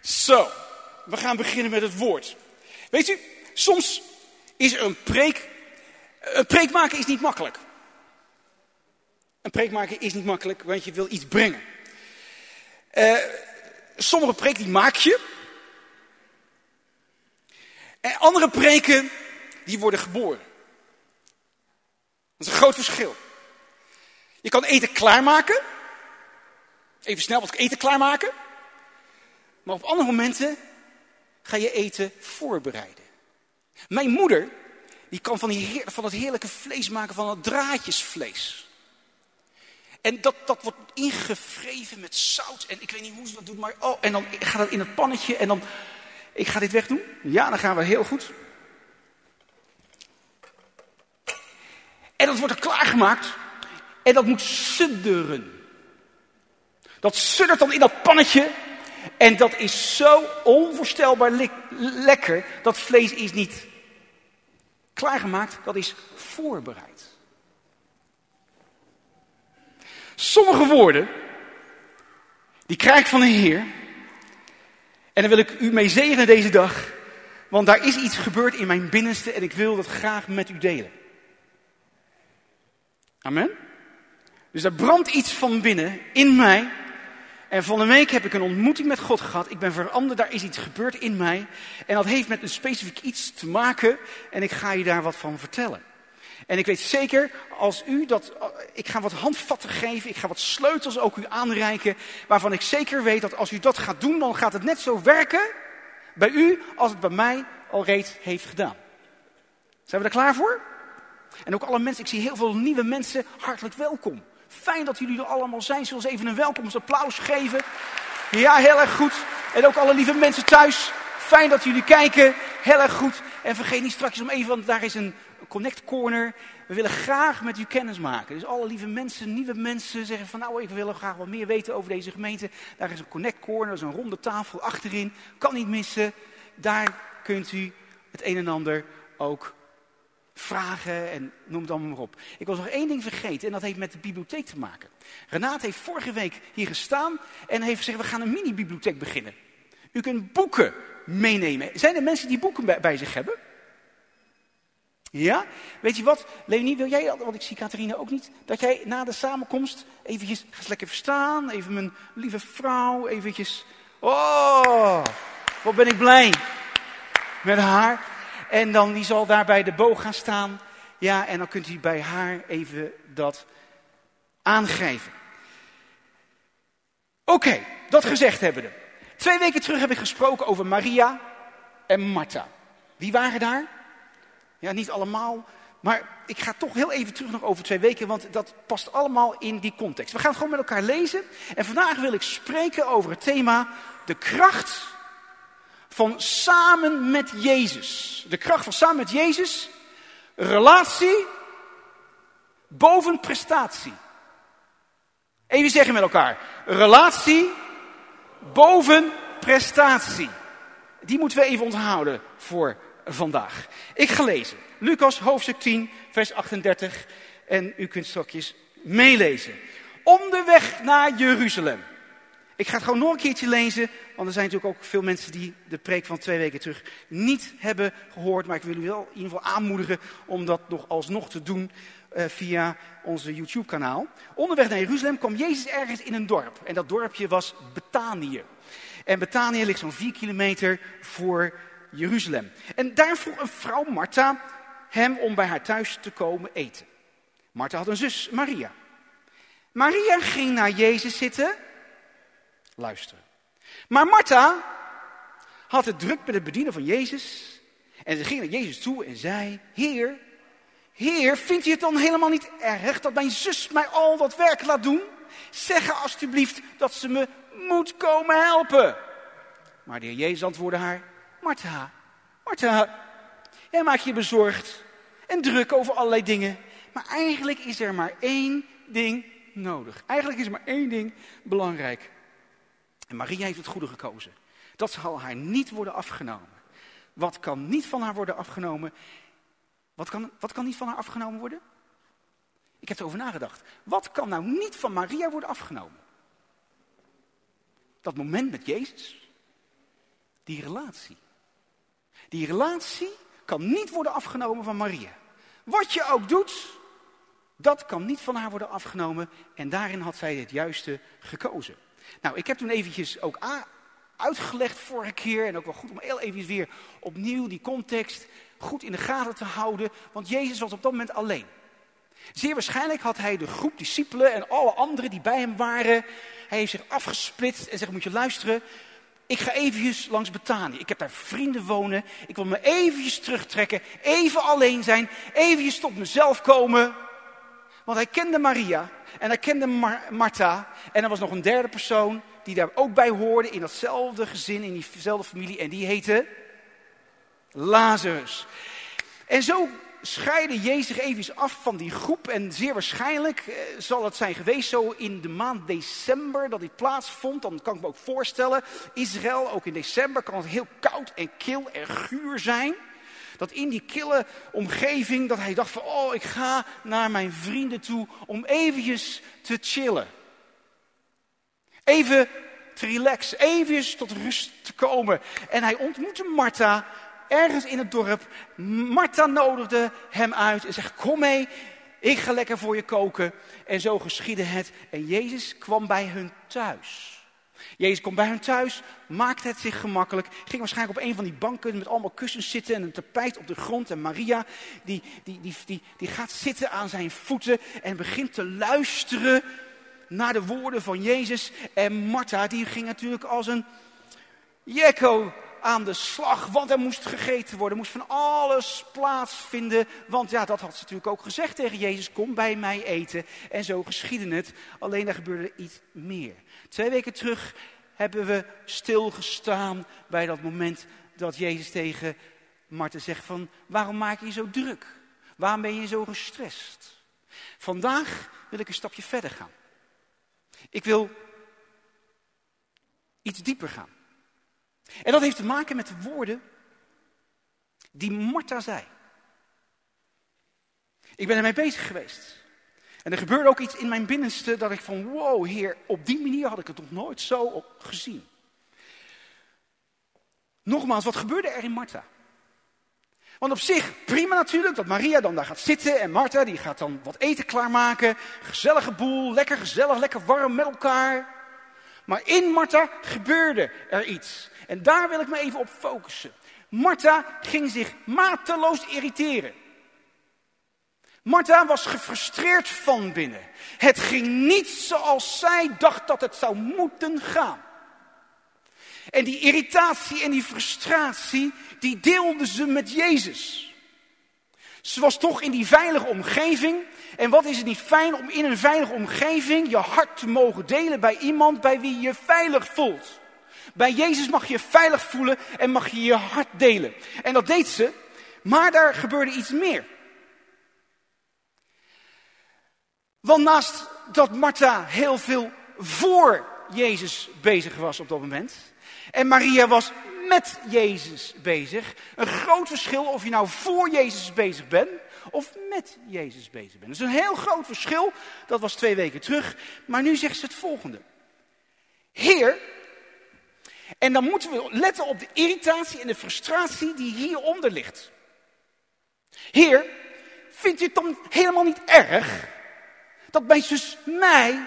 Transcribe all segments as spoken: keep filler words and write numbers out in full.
Zo, we gaan beginnen met het woord. Weet u, soms is er een preek. Een preek maken is niet makkelijk. Een preek maken is niet makkelijk, want je wil iets brengen. Uh, sommige preken die maak je. En andere preken, die worden geboren. Dat is een groot verschil. Je kan eten klaarmaken. Even snel wat eten klaarmaken. Maar op andere momenten ga je eten voorbereiden. Mijn moeder, die kan van, die heer, van het heerlijke vlees maken, van het draadjesvlees. En dat, dat wordt ingevreven met zout. En ik weet niet hoe ze dat doet, maar oh, en dan gaat het in het pannetje en dan... Ik ga dit wegdoen. Ja, dan gaan we heel goed. En dat wordt er klaargemaakt. En dat moet sudderen. Dat suddert dan in dat pannetje. En dat is zo onvoorstelbaar le- lekker. Dat vlees is niet klaargemaakt, dat is voorbereid. Sommige woorden, die krijg ik van de Heer. En daar wil ik u mee zegenen deze dag. Want daar is iets gebeurd in mijn binnenste en ik wil dat graag met u delen. Amen. Dus er brandt iets van binnen in mij. En van de week heb ik een ontmoeting met God gehad. Ik ben veranderd, daar is iets gebeurd in mij. En dat heeft met een specifiek iets te maken. En ik ga je daar wat van vertellen. En ik weet zeker, als u dat... Ik ga wat handvatten geven, ik ga wat sleutels ook u aanreiken. Waarvan ik zeker weet dat als u dat gaat doen, dan gaat het net zo werken bij u als het bij mij al reeds heeft gedaan. Zijn we er klaar voor? En ook alle mensen, ik zie heel veel nieuwe mensen, hartelijk welkom. Fijn dat jullie er allemaal zijn. Zullen we eens even een welkomstapplaus geven? Ja, heel erg goed. En ook alle lieve mensen thuis. Fijn dat jullie kijken. Heel erg goed. En vergeet niet straks om even, want daar is een Connect Corner. We willen graag met u kennis maken. Dus alle lieve mensen, nieuwe mensen zeggen van nou, ik wil graag wat meer weten over deze gemeente. Daar is een Connect Corner, dat is een ronde tafel achterin. Kan niet missen. Daar kunt u het een en ander ook vragen en noem het allemaal maar op. Ik was nog één ding vergeten en dat heeft met de bibliotheek te maken. Renate heeft vorige week hier gestaan en heeft gezegd we gaan een mini-bibliotheek beginnen. U kunt boeken meenemen. Zijn er mensen die boeken bij, bij zich hebben? Ja? Weet je wat? Leonie, wil jij, want ik zie Catharina ook niet, dat jij na de samenkomst eventjes, ga eens lekker verstaan, even mijn lieve vrouw, eventjes, oh, wat ben ik blij met haar. En dan die zal daar bij de boog gaan staan. Ja, en dan kunt u bij haar even dat aangeven. Oké, okay, dat gezegd hebbende. Twee weken terug heb ik gesproken over Maria en Martha. Wie waren daar? Ja, niet allemaal. Maar ik ga toch heel even terug nog over twee weken, want dat past allemaal in die context. We gaan het gewoon met elkaar lezen. En vandaag wil ik spreken over het thema de kracht van samen met Jezus. De kracht van samen met Jezus. Relatie boven prestatie. Even zeggen met elkaar. Relatie boven prestatie. Die moeten we even onthouden voor vandaag. Ik ga lezen. Lucas hoofdstuk tien, vers achtendertig. En u kunt straks meelezen. Onderweg naar Jeruzalem. Ik ga het gewoon nog een keertje lezen, want er zijn natuurlijk ook veel mensen die de preek van twee weken terug niet hebben gehoord. Maar ik wil u wel in ieder geval aanmoedigen om dat nog alsnog te doen uh, via onze YouTube-kanaal. Onderweg naar Jeruzalem kwam Jezus ergens in een dorp. En dat dorpje was Betanië. En Betanië ligt zo'n vier kilometer voor Jeruzalem. En daar vroeg een vrouw, Martha, hem om bij haar thuis te komen eten. Martha had een zus, Maria. Maria ging naar Jezus zitten. Luisteren. Maar Martha had het druk met het bedienen van Jezus. En ze ging naar Jezus toe en zei, Heer, Heer, vindt u het dan helemaal niet erg dat mijn zus mij al dat werk laat doen? Zeg haar alstublieft dat ze me moet komen helpen. Maar de Heer Jezus antwoordde haar, Martha, Martha, jij maakt je bezorgd en druk over allerlei dingen. Maar eigenlijk is er maar één ding nodig. Eigenlijk is er maar één ding belangrijk. En Maria heeft het goede gekozen. Dat zal haar niet worden afgenomen. Wat kan niet van haar worden afgenomen? Wat kan, wat kan niet van haar afgenomen worden? Ik heb erover nagedacht. Wat kan nou niet van Maria worden afgenomen? Dat moment met Jezus. Die relatie. Die relatie kan niet worden afgenomen van Maria. Wat je ook doet, dat kan niet van haar worden afgenomen. En daarin had zij het juiste gekozen. Nou, ik heb toen eventjes ook a- uitgelegd vorige keer. En ook wel goed om heel even weer opnieuw die context goed in de gaten te houden. Want Jezus was op dat moment alleen. Zeer waarschijnlijk had hij de groep discipelen en alle anderen die bij hem waren. Hij heeft zich afgesplitst en zegt, moet je luisteren. Ik ga eventjes langs Betanië. Ik heb daar vrienden wonen. Ik wil me eventjes terugtrekken. Even alleen zijn. Eventjes tot mezelf komen. Want hij kende Maria. En hij kende Mar- Martha. En er was nog een derde persoon die daar ook bij hoorde. In datzelfde gezin, in diezelfde familie. En die heette Lazarus. En zo scheidde Jezus zich even af van die groep. En zeer waarschijnlijk eh, zal het zijn geweest zo in de maand december dat dit plaatsvond. Dan kan ik me ook voorstellen, Israël, ook in december kan het heel koud en kil en guur zijn. Dat in die kille omgeving, dat hij dacht van, oh, ik ga naar mijn vrienden toe om eventjes te chillen. Even te relaxen, eventjes tot rust te komen. En hij ontmoette Martha ergens in het dorp. Martha nodigde hem uit en zegt, kom mee, ik ga lekker voor je koken. En zo geschiedde het. En Jezus kwam bij hun thuis. Jezus kwam bij hun thuis, maakte het zich gemakkelijk. Ging waarschijnlijk op een van die banken met allemaal kussens zitten en een tapijt op de grond. En Maria, die, die, die, die, die gaat zitten aan zijn voeten en begint te luisteren naar de woorden van Jezus. En Martha, die ging natuurlijk als een jekko aan de slag, want er moest gegeten worden, er moest van alles plaatsvinden. Want ja, dat had ze natuurlijk ook gezegd tegen Jezus, kom bij mij eten. En zo geschiedde het, alleen daar gebeurde iets meer. Twee weken terug hebben we stilgestaan bij dat moment dat Jezus tegen Martha zegt van, waarom maak je je zo druk? Waarom ben je zo gestrest? Vandaag wil ik een stapje verder gaan. Ik wil iets dieper gaan. En dat heeft te maken met de woorden die Martha zei. Ik ben ermee bezig geweest. En er gebeurde ook iets in mijn binnenste dat ik van, wow, Heer, op die manier had ik het nog nooit zo gezien. Nogmaals, wat gebeurde er in Martha? Want op zich, prima natuurlijk, dat Maria dan daar gaat zitten en Martha die gaat dan wat eten klaarmaken. Gezellige boel, lekker gezellig, lekker warm met elkaar. Maar in Martha gebeurde er iets. En daar wil ik me even op focussen. Martha ging zich mateloos irriteren. Martha was gefrustreerd van binnen. Het ging niet zoals zij dacht dat het zou moeten gaan. En die irritatie en die frustratie, die deelde ze met Jezus. Ze was toch in die veilige omgeving. En wat is het niet fijn om in een veilige omgeving je hart te mogen delen bij iemand bij wie je je veilig voelt. Bij Jezus mag je je veilig voelen en mag je je hart delen. En dat deed ze, maar daar gebeurde iets meer. Want naast dat Martha heel veel voor Jezus bezig was op dat moment, en Maria was met Jezus bezig. Een groot verschil of je nou voor Jezus bezig bent of met Jezus bezig bent. Dat is een heel groot verschil. Dat was twee weken terug. Maar nu zegt ze het volgende. Heer, en dan moeten we letten op de irritatie en de frustratie die hieronder ligt. Heer, vindt u het dan helemaal niet erg dat mijn zus mij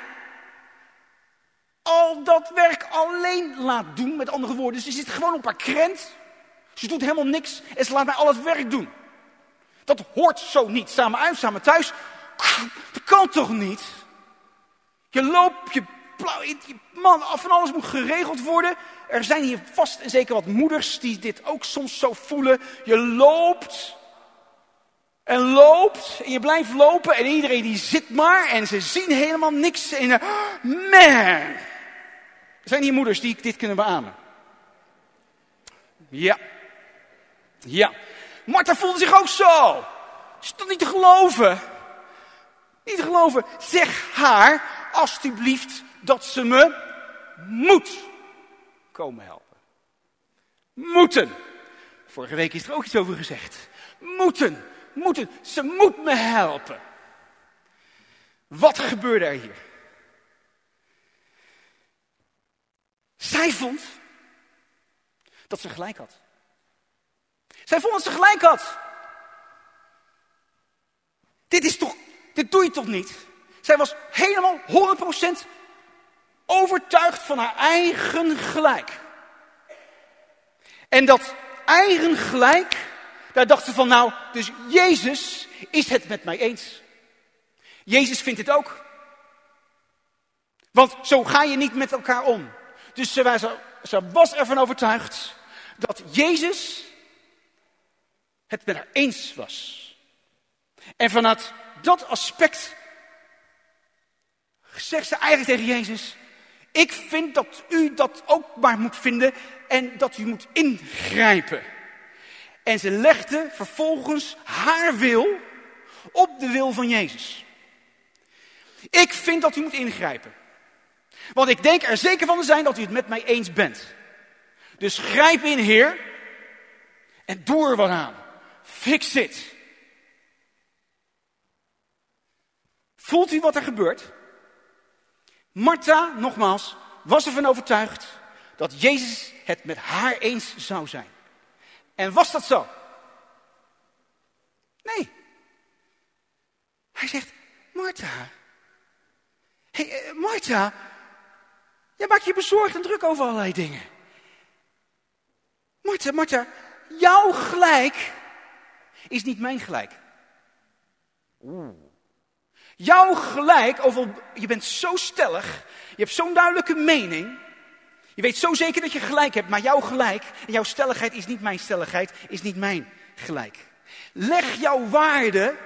al dat werk alleen laat doen? Met andere woorden, ze zit gewoon op haar krent. Ze doet helemaal niks en ze laat mij al het werk doen. Dat hoort zo niet. Samen uit, samen thuis. Dat kan toch niet? Je loopt, je plauwt, je man, van alles moet geregeld worden. Er zijn hier vast en zeker wat moeders die dit ook soms zo voelen. Je loopt en loopt en je blijft lopen en iedereen die zit maar en ze zien helemaal niks. En uh, man, er zijn hier moeders die dit kunnen beamen. Ja. Ja. Martha voelde zich ook zo. Is toch niet te geloven? Niet te geloven. Zeg haar alstublieft dat ze me moet komen helpen. Moeten. Vorige week is er ook iets over gezegd. Moeten. Moeten. Ze moet me helpen. Wat gebeurde er hier? Zij vond dat ze gelijk had. Zij vond dat ze gelijk had. Dit is toch, dit doe je toch niet? Zij was helemaal honderd procent overtuigd van haar eigen gelijk. En dat eigen gelijk, daar dacht ze van nou, dus Jezus is het met mij eens. Jezus vindt het ook. Want zo ga je niet met elkaar om. Dus ze was, ze was ervan overtuigd dat Jezus het met haar eens was. En vanuit dat aspect zegt ze eigenlijk tegen Jezus: ik vind dat u dat ook maar moet vinden en dat u moet ingrijpen. En ze legde vervolgens haar wil op de wil van Jezus. Ik vind dat u moet ingrijpen. Want ik denk er zeker van te zijn dat u het met mij eens bent. Dus grijp in, Heer, en doe er wat aan. Fix it. Voelt u wat er gebeurt? Martha, nogmaals, was ervan overtuigd dat Jezus het met haar eens zou zijn. En was dat zo? Nee. Hij zegt: Martha, hey, uh, Martha, jij maakt je bezorgd en druk over allerlei dingen. Martha, Martha, jouw gelijk is niet mijn gelijk. Oeh. Jouw gelijk, overal, je bent zo stellig, je hebt zo'n duidelijke mening. Je weet zo zeker dat je gelijk hebt, maar jouw gelijk en jouw stelligheid is niet mijn stelligheid, is niet mijn gelijk. Leg jouw waarde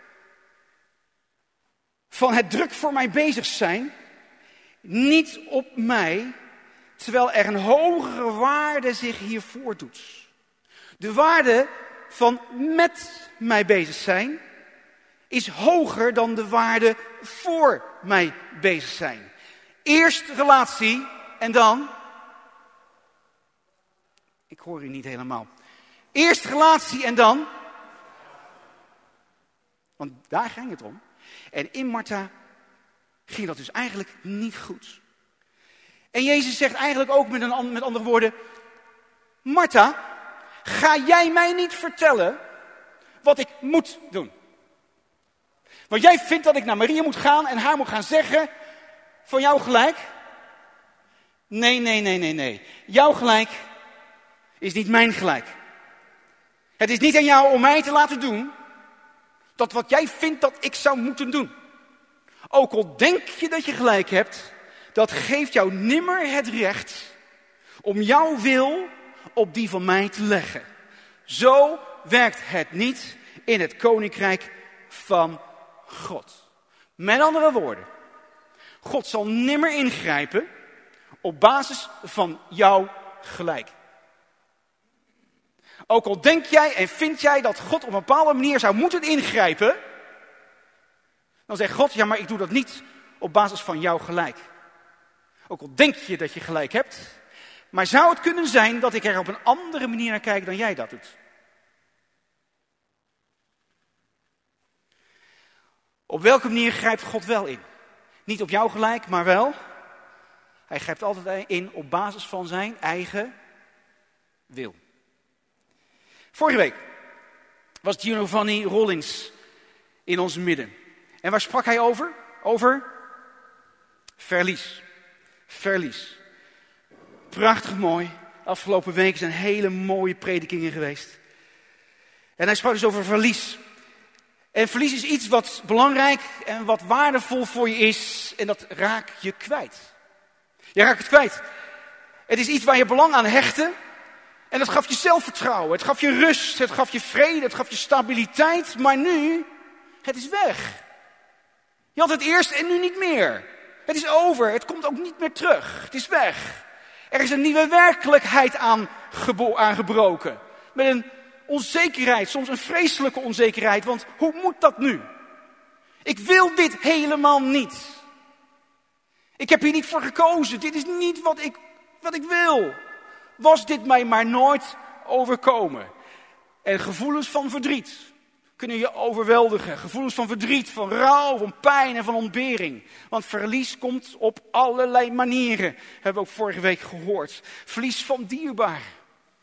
van het druk voor mij bezig zijn niet op mij, terwijl er een hogere waarde zich hier voordoet. De waarde van met mij bezig zijn is hoger dan de waarde voor mij bezig zijn. Eerst relatie en dan... Ik hoor u niet helemaal. Eerst relatie en dan... Want daar ging het om. En in Martha ging dat dus eigenlijk niet goed. En Jezus zegt eigenlijk ook met, een, met andere woorden: Martha, ga jij mij niet vertellen wat ik moet doen? Want jij vindt dat ik naar Maria moet gaan en haar moet gaan zeggen van jouw gelijk? Nee, nee, nee, nee, nee. Jouw gelijk is niet mijn gelijk. Het is niet aan jou om mij te laten doen dat wat jij vindt dat ik zou moeten doen. Ook al denk je dat je gelijk hebt, dat geeft jou nimmer het recht om jouw wil op die van mij te leggen. Zo werkt het niet in het koninkrijk van God. Met andere woorden, God zal nimmer ingrijpen op basis van jouw gelijk. Ook al denk jij en vind jij dat God op een bepaalde manier zou moeten ingrijpen, dan zegt God: ja, maar ik doe dat niet op basis van jouw gelijk. Ook al denk je dat je gelijk hebt, maar zou het kunnen zijn dat ik er op een andere manier naar kijk dan jij dat doet? Op welke manier grijpt God wel in? Niet op jouw gelijk, maar wel. Hij grijpt altijd in op basis van zijn eigen wil. Vorige week was Giovanni Rollins in ons midden. En waar sprak hij over? Over verlies. Verlies. Prachtig mooi. Afgelopen weken zijn hele mooie predikingen geweest. En hij sprak dus over verlies. En verlies is iets wat belangrijk en wat waardevol voor je is. En dat raak je kwijt. Je raakt het kwijt. Het is iets waar je belang aan hechtte. En dat gaf je zelfvertrouwen. Het gaf je rust. Het gaf je vrede. Het gaf je stabiliteit. Maar nu, het is weg. Je had het eerst en nu niet meer. Het is over. Het komt ook niet meer terug. Het is weg. Er is een nieuwe werkelijkheid aangebo- aangebroken. Met een onzekerheid, soms een vreselijke onzekerheid. Want hoe moet dat nu? Ik wil dit helemaal niet. Ik heb hier niet voor gekozen. Dit is niet wat ik, wat ik wil. Was dit mij maar nooit overkomen. En gevoelens van verdriet kunnen je overweldigen. Gevoelens van verdriet, van rouw, van pijn en van ontbering. Want verlies komt op allerlei manieren. Hebben we ook vorige week gehoord. Verlies van dierbaar.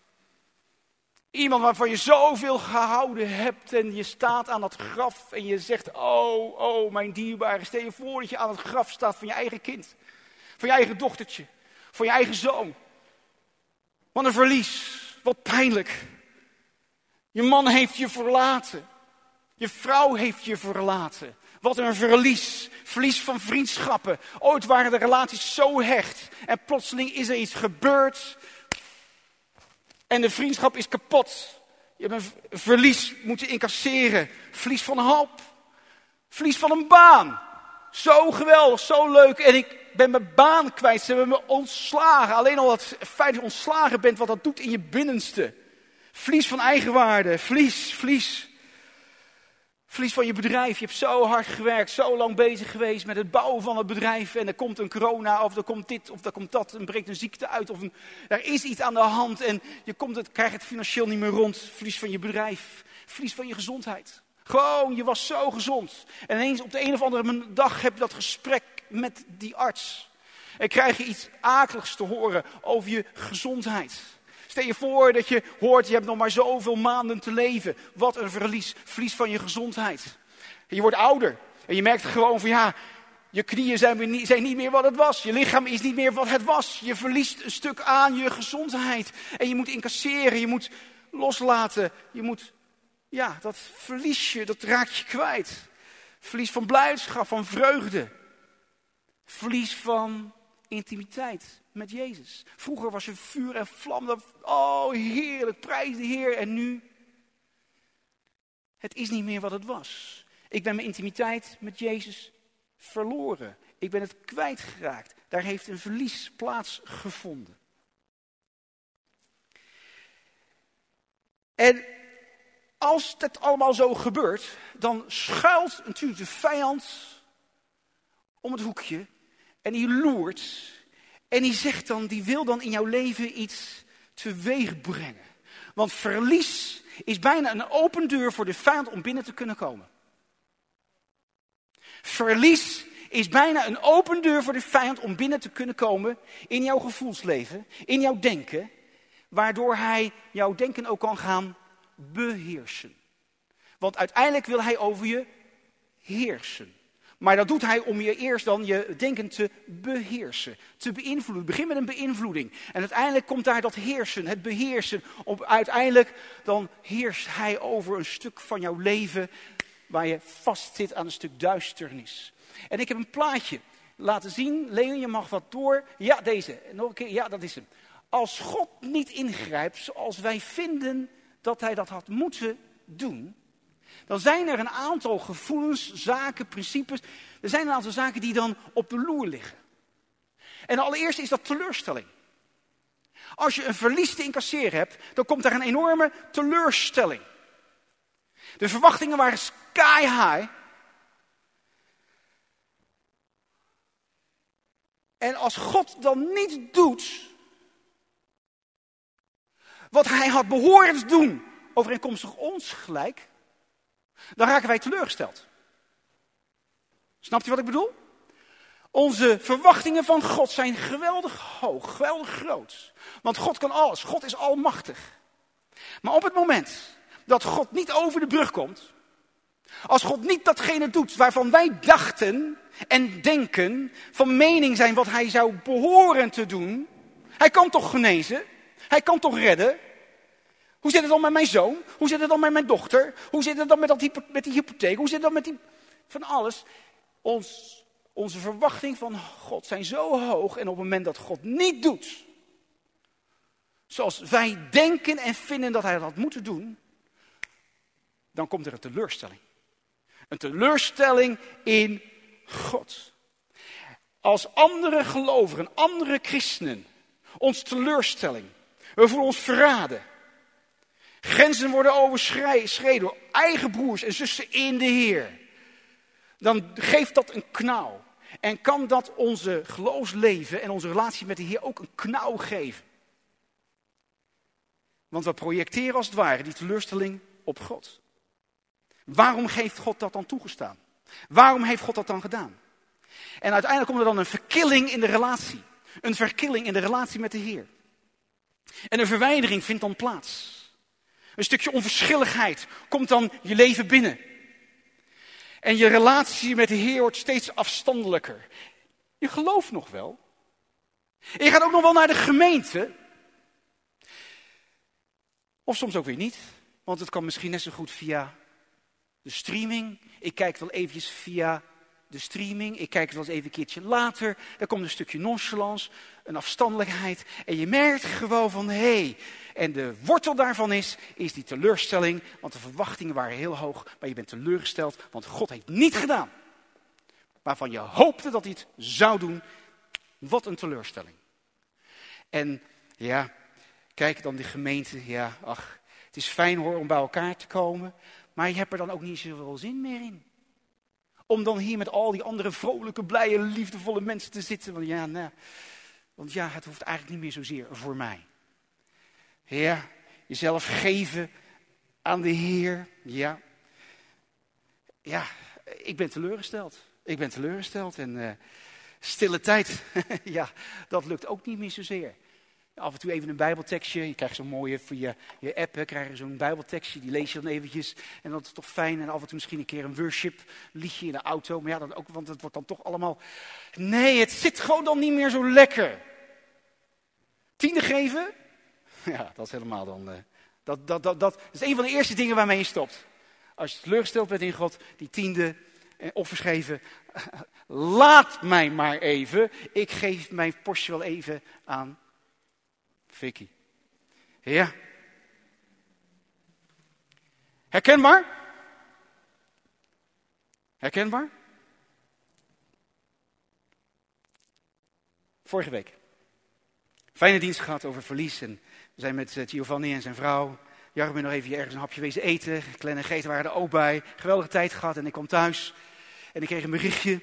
Iemand waarvan je zoveel gehouden hebt en je staat aan dat graf en je zegt, oh, oh, mijn dierbare, stel je voor dat je aan het graf staat van je eigen kind. Van je eigen dochtertje, van je eigen zoon. Wat een verlies, wat pijnlijk. Je man heeft je verlaten. Je vrouw heeft je verlaten. Wat een verlies. Verlies van vriendschappen. Ooit waren de relaties zo hecht. En plotseling is er iets gebeurd. En de vriendschap is kapot. Je hebt een verlies moeten incasseren. Verlies van een hoop. Verlies van een baan. Zo geweldig, zo leuk. En ik ben mijn baan kwijt. Ze hebben me ontslagen. Alleen al het feit dat je ontslagen bent, wat dat doet in je binnenste. Verlies van eigenwaarde. Verlies, verlies. Verlies van je bedrijf. Je hebt zo hard gewerkt, zo lang bezig geweest met het bouwen van het bedrijf. En er komt een corona, of er komt dit, of er komt dat. En breekt een ziekte uit, of een, er is iets aan de hand. En je komt het, krijgt het financieel niet meer rond. Verlies van je bedrijf. Verlies van je gezondheid. Gewoon, je was zo gezond. En ineens op de een of andere dag heb je dat gesprek met die arts. En krijg je iets akeligs te horen over je gezondheid. Stel je voor dat je hoort, je hebt nog maar zoveel maanden te leven. Wat een verlies, verlies van je gezondheid. En je wordt ouder en je merkt gewoon van ja, je knieën zijn niet, zijn niet meer wat het was. Je lichaam is niet meer wat het was. Je verliest een stuk aan je gezondheid. En je moet incasseren, je moet loslaten. Je moet, ja, dat verlies je, dat raak je kwijt. Verlies van blijdschap, van vreugde. Verlies van intimiteit met Jezus. Vroeger was je vuur en vlam. Oh, heerlijk, prijs de Heer. En nu? Het is niet meer wat het was. Ik ben mijn intimiteit met Jezus verloren. Ik ben het kwijtgeraakt. Daar heeft een verlies plaatsgevonden. En als het allemaal zo gebeurt, dan schuilt natuurlijk de vijand om het hoekje. En die loert. En die zegt dan, die wil dan in jouw leven iets teweeg brengen. Want verlies is bijna een open deur voor de vijand om binnen te kunnen komen. Verlies is bijna een open deur voor de vijand om binnen te kunnen komen in jouw gevoelsleven, in jouw denken. Waardoor hij jouw denken ook kan gaan beheersen. Want uiteindelijk wil hij over je heersen. Maar dat doet hij om je eerst dan je denken te beheersen, te beïnvloeden. Begin met een beïnvloeding. En uiteindelijk komt daar dat heersen, het beheersen. Op, uiteindelijk dan heerst hij over een stuk van jouw leven waar je vastzit aan een stuk duisternis. En ik heb een plaatje laten zien. Leon, je mag wat door. Ja, deze. Nog een keer. Ja, dat is hem. Als God niet ingrijpt zoals wij vinden dat hij dat had moeten doen, dan zijn er een aantal gevoelens, zaken, principes. Er zijn een aantal zaken die dan op de loer liggen. En allereerst is dat teleurstelling. Als je een verlies te incasseren hebt, dan komt daar een enorme teleurstelling. De verwachtingen waren sky high. En als God dan niet doet wat hij had behoren te doen, overeenkomstig ons gelijk, dan raken wij teleurgesteld. Snapt u wat ik bedoel? Onze verwachtingen van God zijn geweldig hoog, geweldig groot. Want God kan alles, God is almachtig. Maar op het moment dat God niet over de brug komt, als God niet datgene doet waarvan wij dachten en denken, van mening zijn wat hij zou behoren te doen, hij kan toch genezen, hij kan toch redden. Hoe zit het dan met mijn zoon? Hoe zit het dan met mijn dochter? Hoe zit het dan met, dat, met die hypotheek? Hoe zit het dan met die... Van alles. Ons, onze verwachtingen van God zijn zo hoog. En op het moment dat God niet doet zoals wij denken en vinden dat hij dat had moeten doen, dan komt er een teleurstelling. Een teleurstelling in God. Als andere gelovigen, andere christenen, ons teleurstelling. We voelen ons verraden. Grenzen worden overschreden door eigen broers en zussen in de Heer. Dan geeft dat een knauw. En kan dat onze geloofsleven en onze relatie met de Heer ook een knauw geven. Want we projecteren als het ware die teleurstelling op God. Waarom heeft God dat dan toegestaan? Waarom heeft God dat dan gedaan? En uiteindelijk komt er dan een verkilling in de relatie. Een verkilling in de relatie met de Heer. En een verwijdering vindt dan plaats. Een stukje onverschilligheid komt dan je leven binnen. En je relatie met de Heer wordt steeds afstandelijker. Je gelooft nog wel. En je gaat ook nog wel naar de gemeente. Of soms ook weer niet. Want het kan misschien net zo goed via de streaming. Ik kijk wel eventjes via de streaming. Ik kijk wel eens even een keertje later. Er komt een stukje nonchalance, een afstandelijkheid. En je merkt gewoon van, hé. Hey, en de wortel daarvan is, is die teleurstelling. Want de verwachtingen waren heel hoog. Maar je bent teleurgesteld, want God heeft niet gedaan. Waarvan je hoopte dat hij het zou doen. Wat een teleurstelling. En ja, kijk dan die gemeente. Ja, ach, het is fijn hoor om bij elkaar te komen. Maar je hebt er dan ook niet zoveel zin meer in. Om dan hier met al die andere vrolijke, blije, liefdevolle mensen te zitten. Want ja, nou, want ja, het hoeft eigenlijk niet meer zozeer voor mij. Ja, jezelf geven aan de Heer. Ja, ja, ik ben teleurgesteld. Ik ben teleurgesteld en uh, stille tijd, ja, dat lukt ook niet meer zozeer. Af en toe even een bijbeltekstje, je krijgt zo'n mooie, via je app hè, krijg je zo'n bijbeltekstje, die lees je dan eventjes. En dat is toch fijn en af en toe misschien een keer een worship liedje in de auto. Maar ja, dan ook, want het wordt dan toch allemaal, nee, het zit gewoon dan niet meer zo lekker. Tiende geven? Ja, dat is helemaal dan, uh, dat, dat, dat, dat is een van de eerste dingen waarmee je stopt. Als je teleurgesteld bent in God, die tiende en offers geven, laat mij maar even. Ik geef mijn postje wel even aan Vicky. Ja. Herkenbaar? Herkenbaar? Vorige week. Fijne dienst gehad over verlies. En we zijn met Giovanni en zijn vrouw. Jarmo nog even ergens een hapje wezen eten. Glenn en Geet waren er ook bij. Geweldige tijd gehad en ik kwam thuis. En ik kreeg een berichtje.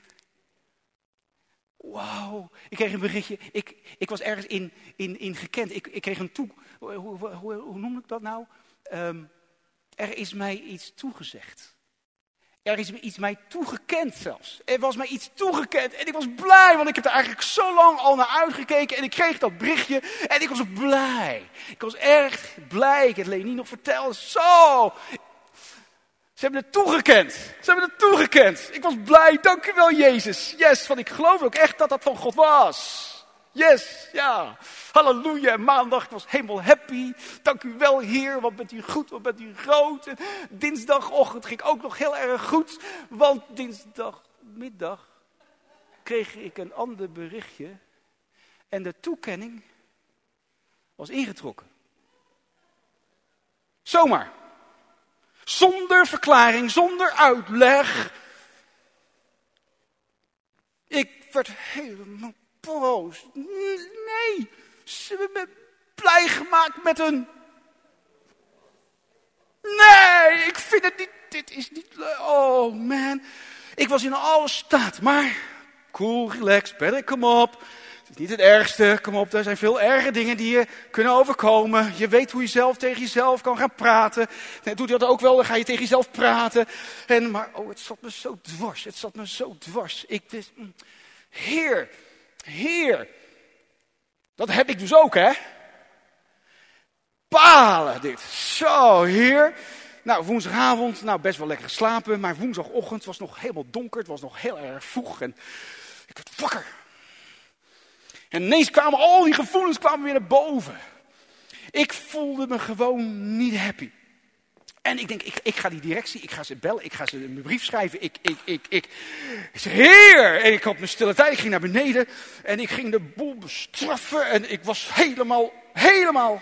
Wauw, ik kreeg een berichtje. Ik, ik was ergens in, in, in gekend. Ik, ik kreeg een toe... Hoe, hoe, hoe, hoe noem ik dat nou? Um, er is mij iets toegezegd. Er is iets mij toegekend zelfs. Er was mij iets toegekend. En ik was blij, want ik heb er eigenlijk zo lang al naar uitgekeken. En ik kreeg dat berichtje. En ik was blij. Ik was erg blij. Ik heb het Leonie nog verteld. Zo... Ze hebben het toegekend. Ze hebben het toegekend. Ik was blij. Dank u wel, Jezus. Yes, want ik geloof ook echt dat dat van God was. Yes, ja. Halleluja. Maandag, ik was helemaal happy. Dank u wel, Heer. Wat bent u goed, wat bent u groot. En dinsdagochtend ging ook nog heel erg goed. Want dinsdagmiddag kreeg ik een ander berichtje. En de toekenning was ingetrokken. Zomaar. Zonder verklaring, zonder uitleg. Ik werd helemaal boos. Nee, ze hebben me blij gemaakt met een... Nee, ik vind het niet, dit is niet... Oh man, ik was in alle staat, maar... Cool, relax, Patrick, kom op. Het is niet het ergste, kom op, er zijn veel erge dingen die je kunnen overkomen. Je weet hoe je zelf tegen jezelf kan gaan praten. En doet je dat ook wel, dan ga je tegen jezelf praten. En, maar, oh, het zat me zo dwars, het zat me zo dwars. Ik wist, Heer, Heer, dat heb ik dus ook, hè. Balen dit, zo, Heer. Nou, woensdagavond, nou best wel lekker geslapen, maar woensdagochtend was nog helemaal donker, het was nog heel erg vroeg. En ik werd wakker. En ineens kwamen al die gevoelens kwamen weer naar boven. Ik voelde me gewoon niet happy. En ik denk, ik, ik ga die directie, ik ga ze bellen, ik ga ze een brief schrijven. Ik, ik, ik, ik, ik zeg, Heer! En ik had mijn stille tijd, ik ging naar beneden. En ik ging de boel bestraffen. En ik was helemaal, helemaal...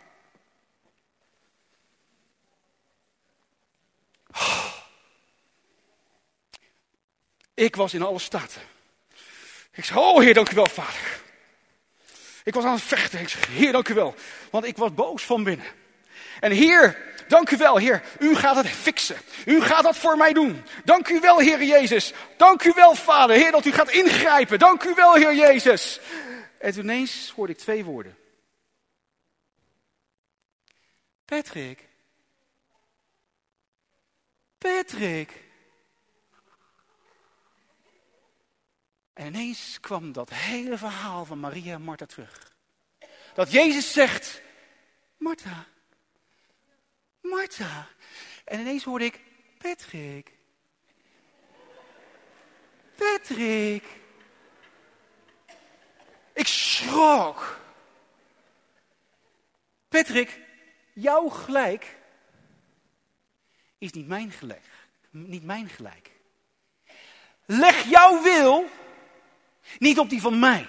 Ik was in alle staten. Ik zeg, oh Heer, dank u wel, Vader. Ik was aan het vechten. Ik zeg, Heer, dank u wel. Want ik was boos van binnen. En Heer, dank u wel, Heer. U gaat het fixen. U gaat dat voor mij doen. Dank u wel, Heer Jezus. Dank u wel, Vader. Heer, dat u gaat ingrijpen. Dank u wel, Heer Jezus. En toen ineens hoorde ik twee woorden. Patrick. Patrick. En ineens kwam dat hele verhaal van Maria en Martha terug. Dat Jezus zegt, Martha, Martha. En ineens hoorde ik, Patrick. Patrick. Ik schrok. Patrick, jouw gelijk is niet mijn gelijk. Niet mijn gelijk. Leg jouw wil niet op die van mij.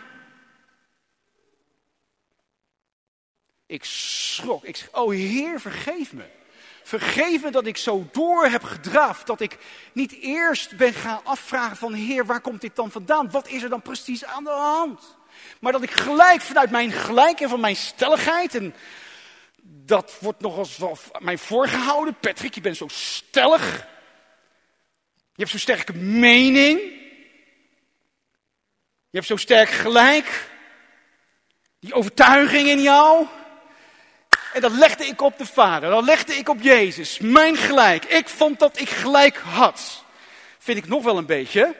Ik schrok. Ik zeg, oh Heer, vergeef me. Vergeef me dat ik zo door heb gedraafd. Dat ik niet eerst ben gaan afvragen van Heer, waar komt dit dan vandaan? Wat is er dan precies aan de hand? Maar dat ik gelijk vanuit mijn gelijk en van mijn stelligheid. En dat wordt nog eens wel mij voorgehouden. Patrick, je bent zo stellig. Je hebt zo'n sterke mening. Je hebt zo sterk gelijk. Die overtuiging in jou. En dat legde ik op de Vader. Dat legde ik op Jezus. Mijn gelijk. Ik vond dat ik gelijk had. Vind ik nog wel een beetje.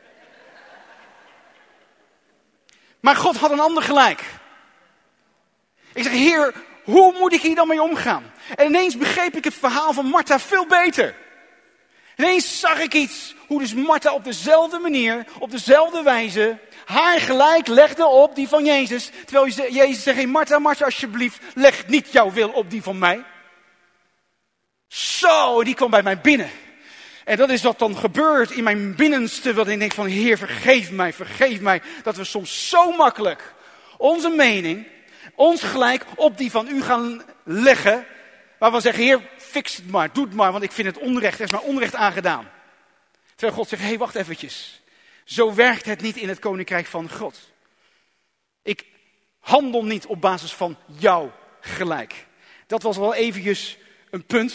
Maar God had een ander gelijk. Ik zeg, Heer, hoe moet ik hier dan mee omgaan? En ineens begreep ik het verhaal van Martha veel beter. Ineens zag ik iets. Hoe dus Martha op dezelfde manier, op dezelfde wijze, haar gelijk legde op die van Jezus. Terwijl Jezus zegt, hey Martha, Martha, alsjeblieft, leg niet jouw wil op die van mij. Zo, die kwam bij mij binnen. En dat is wat dan gebeurt in mijn binnenste, wat ik denk van, Heer, vergeef mij, vergeef mij. Dat we soms zo makkelijk onze mening, ons gelijk op die van u gaan leggen. Waarvan we zeggen, Heer, fix het maar, doe het maar, want ik vind het onrecht, er is mij onrecht aangedaan. Terwijl God zegt, hé, hey, wacht eventjes. Zo werkt het niet in het koninkrijk van God. Ik handel niet op basis van jouw gelijk. Dat was wel eventjes een punt.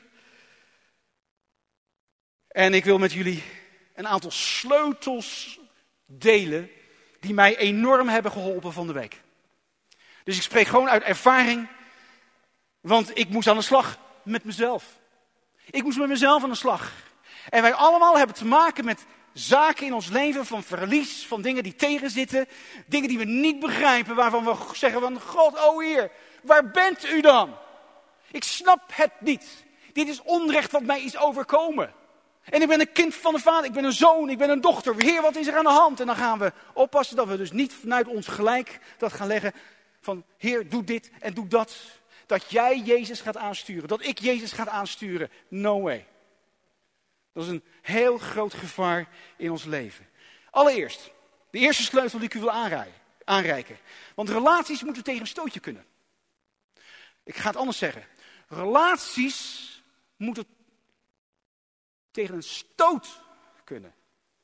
En ik wil met jullie een aantal sleutels delen die mij enorm hebben geholpen van de week. Dus ik spreek gewoon uit ervaring, want ik moest aan de slag met mezelf. Ik moest met mezelf aan de slag. En wij allemaal hebben te maken met zaken in ons leven van verlies, van dingen die tegenzitten, dingen die we niet begrijpen, waarvan we zeggen van God, oh Heer, waar bent u dan? Ik snap het niet. Dit is onrecht wat mij is overkomen. En ik ben een kind van de Vader, ik ben een zoon, ik ben een dochter. Heer, wat is er aan de hand? En dan gaan we oppassen dat we dus niet vanuit ons gelijk dat gaan leggen van Heer, doe dit en doe dat. Dat jij Jezus gaat aansturen, dat ik Jezus ga aansturen. No way. Dat is een heel groot gevaar in ons leven. Allereerst, de eerste sleutel die ik u wil aanreiken. Want relaties moeten tegen een stootje kunnen. Ik ga het anders zeggen. Relaties moeten tegen een stoot kunnen.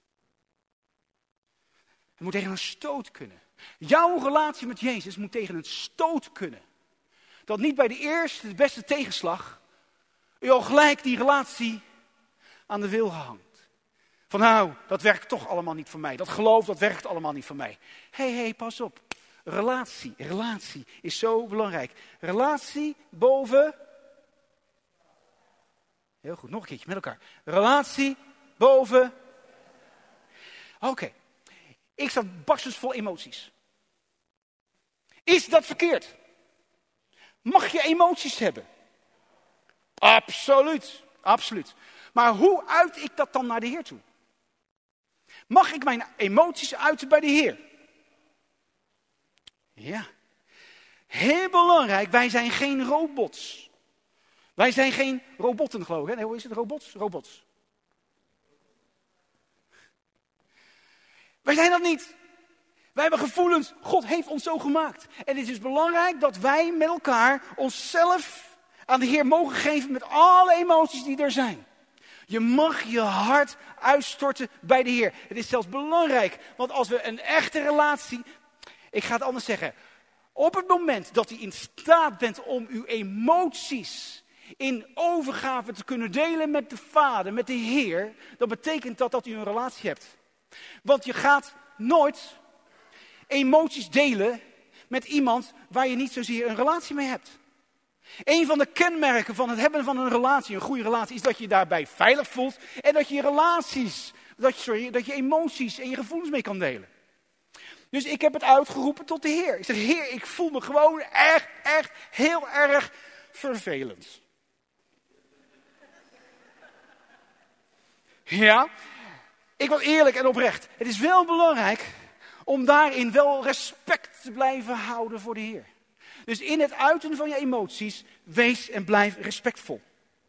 Het moet tegen een stoot kunnen. Jouw relatie met Jezus moet tegen een stoot kunnen. Dat niet bij de eerste, de beste tegenslag, u al gelijk die relatie aan de wil hangt. Van nou, dat werkt toch allemaal niet voor mij. Dat geloof, dat werkt allemaal niet voor mij. Hé, hé, pas op. Relatie, relatie is zo belangrijk. Relatie boven. Heel goed, nog een keertje met elkaar. Relatie boven. Oké, okay. Ik sta barstens vol emoties. Is dat verkeerd? Mag je emoties hebben? Absoluut, absoluut. Maar hoe uit ik dat dan naar de Heer toe? Mag ik mijn emoties uiten bij de Heer? Ja. Heel belangrijk, wij zijn geen robots. Wij zijn geen robotten, geloof ik. Hè? Nee, hoe is het? Robots? Robots. Wij zijn dat niet. Wij hebben gevoelens. God heeft ons zo gemaakt. En het is belangrijk dat wij met elkaar onszelf aan de Heer mogen geven met alle emoties die er zijn. Je mag je hart uitstorten bij de Heer. Het is zelfs belangrijk, want als we een echte relatie... Ik ga het anders zeggen. Op het moment dat u in staat bent om uw emoties in overgave te kunnen delen met de Vader, met de Heer, dan betekent dat dat u een relatie hebt. Want je gaat nooit emoties delen met iemand waar je niet zozeer een relatie mee hebt. Een van de kenmerken van het hebben van een relatie, een goede relatie, is dat je je daarbij veilig voelt en dat je je relaties, dat je, sorry, dat je emoties en je gevoelens mee kan delen. Dus ik heb het uitgeroepen tot de Heer. Ik zeg, Heer, ik voel me gewoon echt, echt heel erg vervelend. Ja, ik was eerlijk en oprecht. Het is wel belangrijk om daarin wel respect te blijven houden voor de Heer. Dus in het uiten van je emoties, wees en blijf respectvol.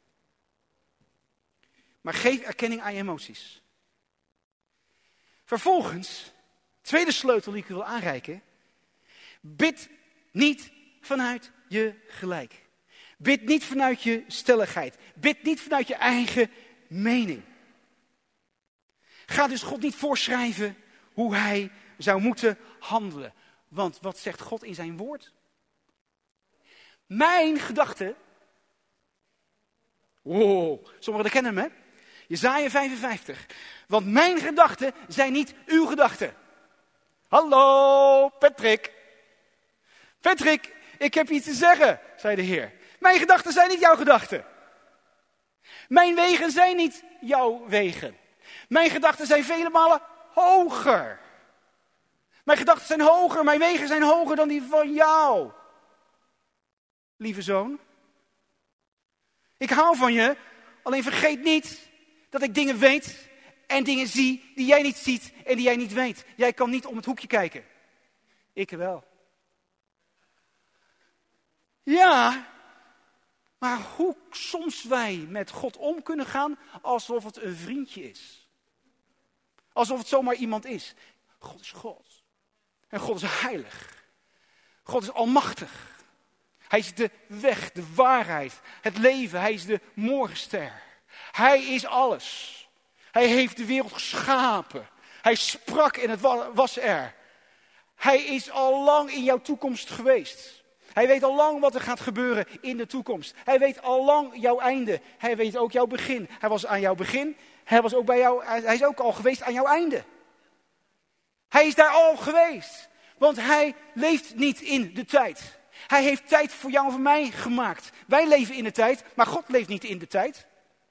Maar geef erkenning aan je emoties. Vervolgens, tweede sleutel die ik u wil aanreiken. Bid niet vanuit je gelijk. Bid niet vanuit je stelligheid. Bid niet vanuit je eigen mening. Ga dus God niet voorschrijven hoe hij zou moeten handelen. Want wat zegt God in zijn woord? Mijn gedachten. Wow, sommigen kennen hem, hè? Jesaja vijfenvijftig. Want mijn gedachten zijn niet uw gedachten. Hallo, Patrick. Patrick, ik heb iets te zeggen, zei de Heer. Mijn gedachten zijn niet jouw gedachten. Mijn wegen zijn niet jouw wegen. Mijn gedachten zijn vele malen hoger. Mijn gedachten zijn hoger, mijn wegen zijn hoger dan die van jou. Lieve zoon. Ik hou van je, alleen vergeet niet dat ik dingen weet en dingen zie die jij niet ziet en die jij niet weet. Jij kan niet om het hoekje kijken. Ik wel. Ja, maar hoe soms wij met God om kunnen gaan alsof het een vriendje is. Alsof het zomaar iemand is. God is God. En God is heilig. God is almachtig. Hij is de weg, de waarheid, het leven. Hij is de morgenster. Hij is alles. Hij heeft de wereld geschapen. Hij sprak en het was er. Hij is al lang in jouw toekomst geweest. Hij weet al lang wat er gaat gebeuren in de toekomst. Hij weet al lang jouw einde. Hij weet ook jouw begin. Hij was aan jouw begin. Hij, was ook bij jou, hij is ook al geweest aan jouw einde. Hij is daar al geweest. Want hij leeft niet in de tijd. Hij heeft tijd voor jou en voor mij gemaakt. Wij leven in de tijd, maar God leeft niet in de tijd.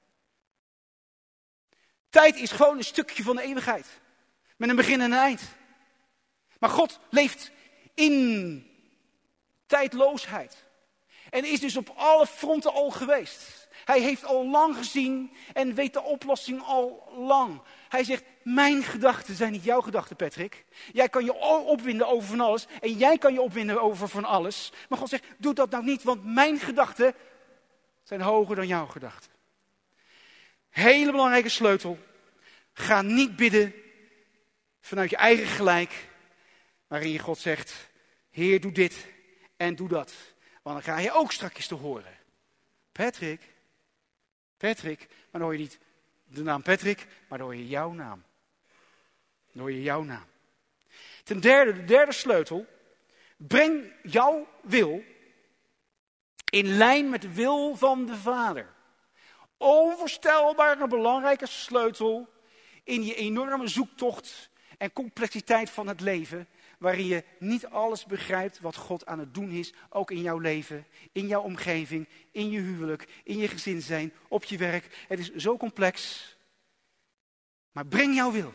Tijd is gewoon een stukje van de eeuwigheid. Met een begin en een eind. Maar God leeft in tijdloosheid. En is dus op alle fronten al geweest. Hij heeft al lang gezien en weet de oplossing al lang. Hij zegt, mijn gedachten zijn niet jouw gedachten, Patrick. Jij kan je opwinden over van alles en jij kan je opwinden over van alles. Maar God zegt, doe dat nou niet, want mijn gedachten zijn hoger dan jouw gedachten. Hele belangrijke sleutel. Ga niet bidden vanuit je eigen gelijk, waarin je God zegt, Heer, doe dit en doe dat. Want dan ga je ook strakjes te horen. Patrick, Patrick, maar dan hoor je niet de naam Patrick, maar dan hoor je jouw naam. Dan hoor je jouw naam. Ten derde, de derde sleutel. Breng jouw wil in lijn met de wil van de Vader. Onvoorstelbare belangrijke sleutel in je enorme zoektocht en complexiteit van het leven. Waarin je niet alles begrijpt wat God aan het doen is. Ook in jouw leven, in jouw omgeving, in je huwelijk, in je gezin zijn, op je werk. Het is zo complex. Maar breng jouw wil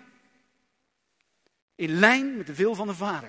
in lijn met de wil van de Vader.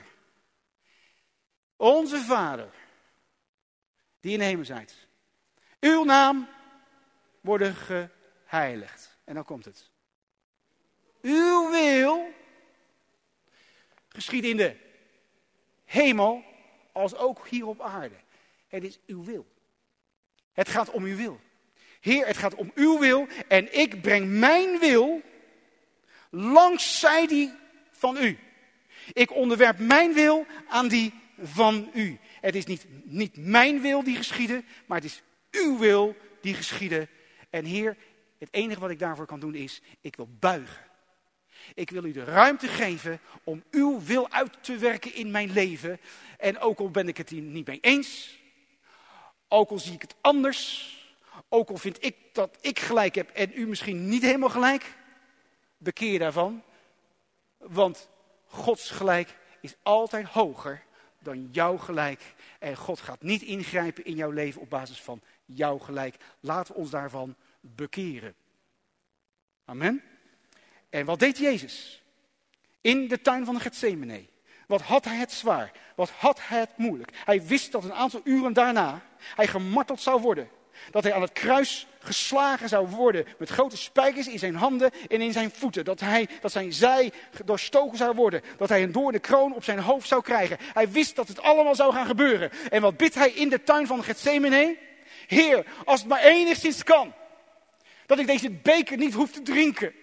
Onze Vader, die in de hemel zijt. Uw naam worden geheiligd. En dan komt het. Uw wil geschieden in de hemel als ook hier op aarde. Het is uw wil. Het gaat om uw wil. Heer, het gaat om uw wil en ik breng mijn wil langs zij die van u. Ik onderwerp mijn wil aan die van u. Het is niet, niet mijn wil die geschieden, maar het is uw wil die geschieden. En Heer, het enige wat ik daarvoor kan doen is, ik wil buigen. Ik wil u de ruimte geven om uw wil uit te werken in mijn leven. En ook al ben ik het hier niet mee eens, ook al zie ik het anders, ook al vind ik dat ik gelijk heb en u misschien niet helemaal gelijk, bekeer je daarvan. Want Gods gelijk is altijd hoger dan jouw gelijk. En God gaat niet ingrijpen in jouw leven op basis van jouw gelijk. Laten we ons daarvan bekeren. Amen. En wat deed Jezus? In de tuin van de Getsemane. Wat had hij het zwaar? Wat had hij het moeilijk? Hij wist dat een aantal uren daarna hij gemarteld zou worden. Dat hij aan het kruis geslagen zou worden met grote spijkers in zijn handen en in zijn voeten. Dat, hij, dat zijn zij doorstoken zou worden. Dat hij een doornenkroon op zijn hoofd zou krijgen. Hij wist dat het allemaal zou gaan gebeuren. En wat bidt hij in de tuin van Getsemane? Heer, als het maar enigszins kan, dat ik deze beker niet hoef te drinken.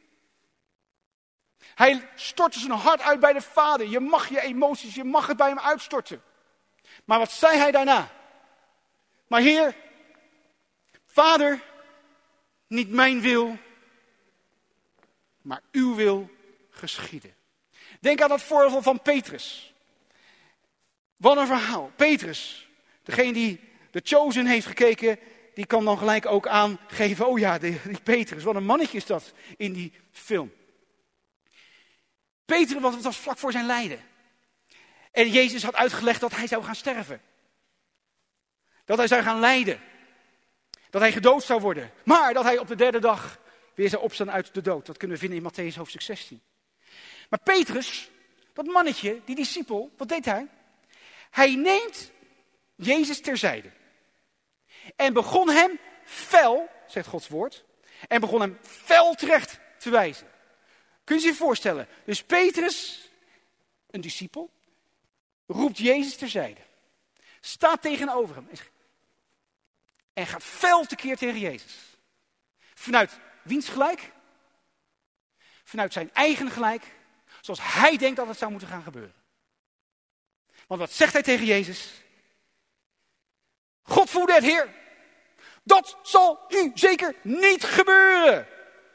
Hij stortte zijn hart uit bij de Vader. Je mag je emoties, je mag het bij hem uitstorten. Maar wat zei hij daarna? Maar Heer, Vader, niet mijn wil, maar uw wil geschieden. Denk aan dat voorval van Petrus. Wat een verhaal. Petrus, degene die de Chosen heeft gekeken, die kan dan gelijk ook aangeven, oh ja, die, die Petrus, wat een mannetje is dat in die film. Petrus, want het was vlak voor zijn lijden. En Jezus had uitgelegd dat hij zou gaan sterven. Dat hij zou gaan lijden. Dat hij gedood zou worden. Maar dat hij op de derde dag weer zou opstaan uit de dood. Dat kunnen we vinden in Mattheüs hoofdstuk zestien. Maar Petrus, dat mannetje, die discipel, wat deed hij? Hij neemt Jezus terzijde. En begon hem fel, zegt Gods woord, en begon hem fel terecht te wijzen. Kun je je voorstellen? Dus Petrus, een discipel, roept Jezus terzijde. Staat tegenover hem. En gaat fel tekeer tegen Jezus. Vanuit wiens gelijk? Vanuit zijn eigen gelijk. Zoals hij denkt dat het zou moeten gaan gebeuren. Want wat zegt hij tegen Jezus? God voerde het, Heer. Dat zal u zeker niet gebeuren.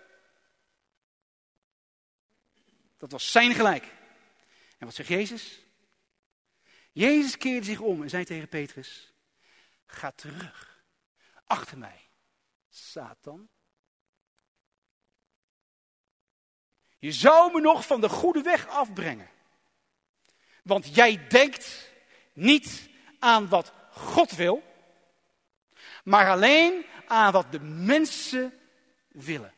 Dat was zijn gelijk. En wat zegt Jezus? Jezus keerde zich om en zei tegen Petrus, ga terug, achter mij, Satan. Je zou me nog van de goede weg afbrengen. Want jij denkt niet aan wat God wil, maar alleen aan wat de mensen willen.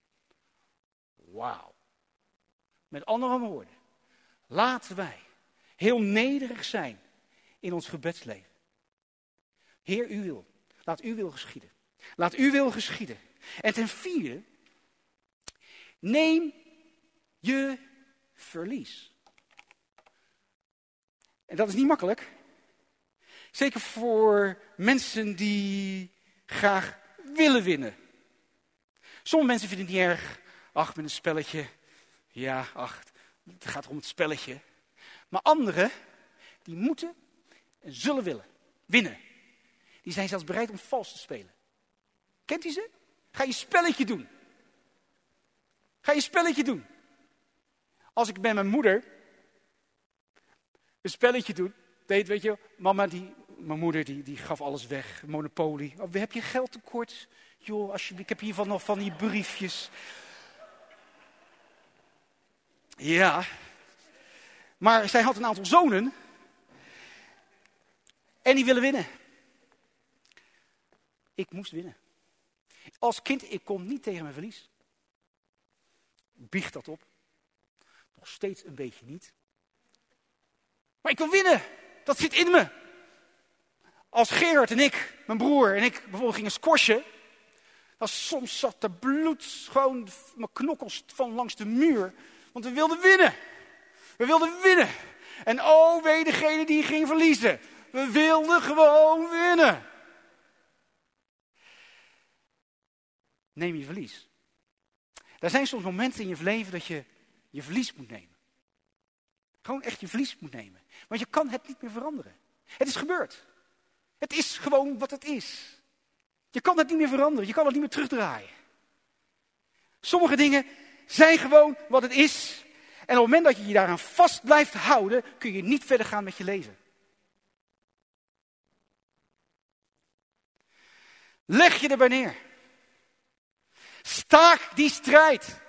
Wauw. Met andere woorden, laten wij heel nederig zijn in ons gebedsleven. Heer, uw wil. Laat uw wil geschieden. Laat uw wil geschieden. En ten vierde, neem je verlies. En dat is niet makkelijk. Zeker voor mensen die graag willen winnen. Sommige mensen vinden het niet erg. Ach, met een spelletje. Ja, ach, het gaat om het spelletje. Maar anderen, die moeten en zullen willen winnen. Die zijn zelfs bereid om vals te spelen. Kent u ze? Ga je spelletje doen. Ga je spelletje doen. Als ik bij mijn moeder een spelletje doe, deed, weet je, mama, die, mijn moeder, die, die gaf alles weg. Monopoly. Oh, heb je geld tekort? Joh, alsjeblieft, ik heb hiervan nog van die briefjes. Ja. Maar zij had een aantal zonen. En die willen winnen. Ik moest winnen. Als kind, ik kon niet tegen mijn verlies. Ik biecht dat op. Nog steeds een beetje niet. Maar ik wil winnen. Dat zit in me. Als Gerard en ik, mijn broer en ik bijvoorbeeld gingen squashen. Dan soms zat er bloed, gewoon mijn knokkels van langs de muur. Want we wilden winnen. We wilden winnen. En oh, wee degene die ging verliezen. We wilden gewoon winnen. Neem je verlies. Er zijn soms momenten in je leven dat je je verlies moet nemen. Gewoon echt je verlies moet nemen. Want je kan het niet meer veranderen. Het is gebeurd. Het is gewoon wat het is. Je kan het niet meer veranderen. Je kan het niet meer terugdraaien. Sommige dingen zijn gewoon wat het is. En op het moment dat je je daaraan vast blijft houden, kun je niet verder gaan met je leven. Leg je erbij neer. Staak die strijd.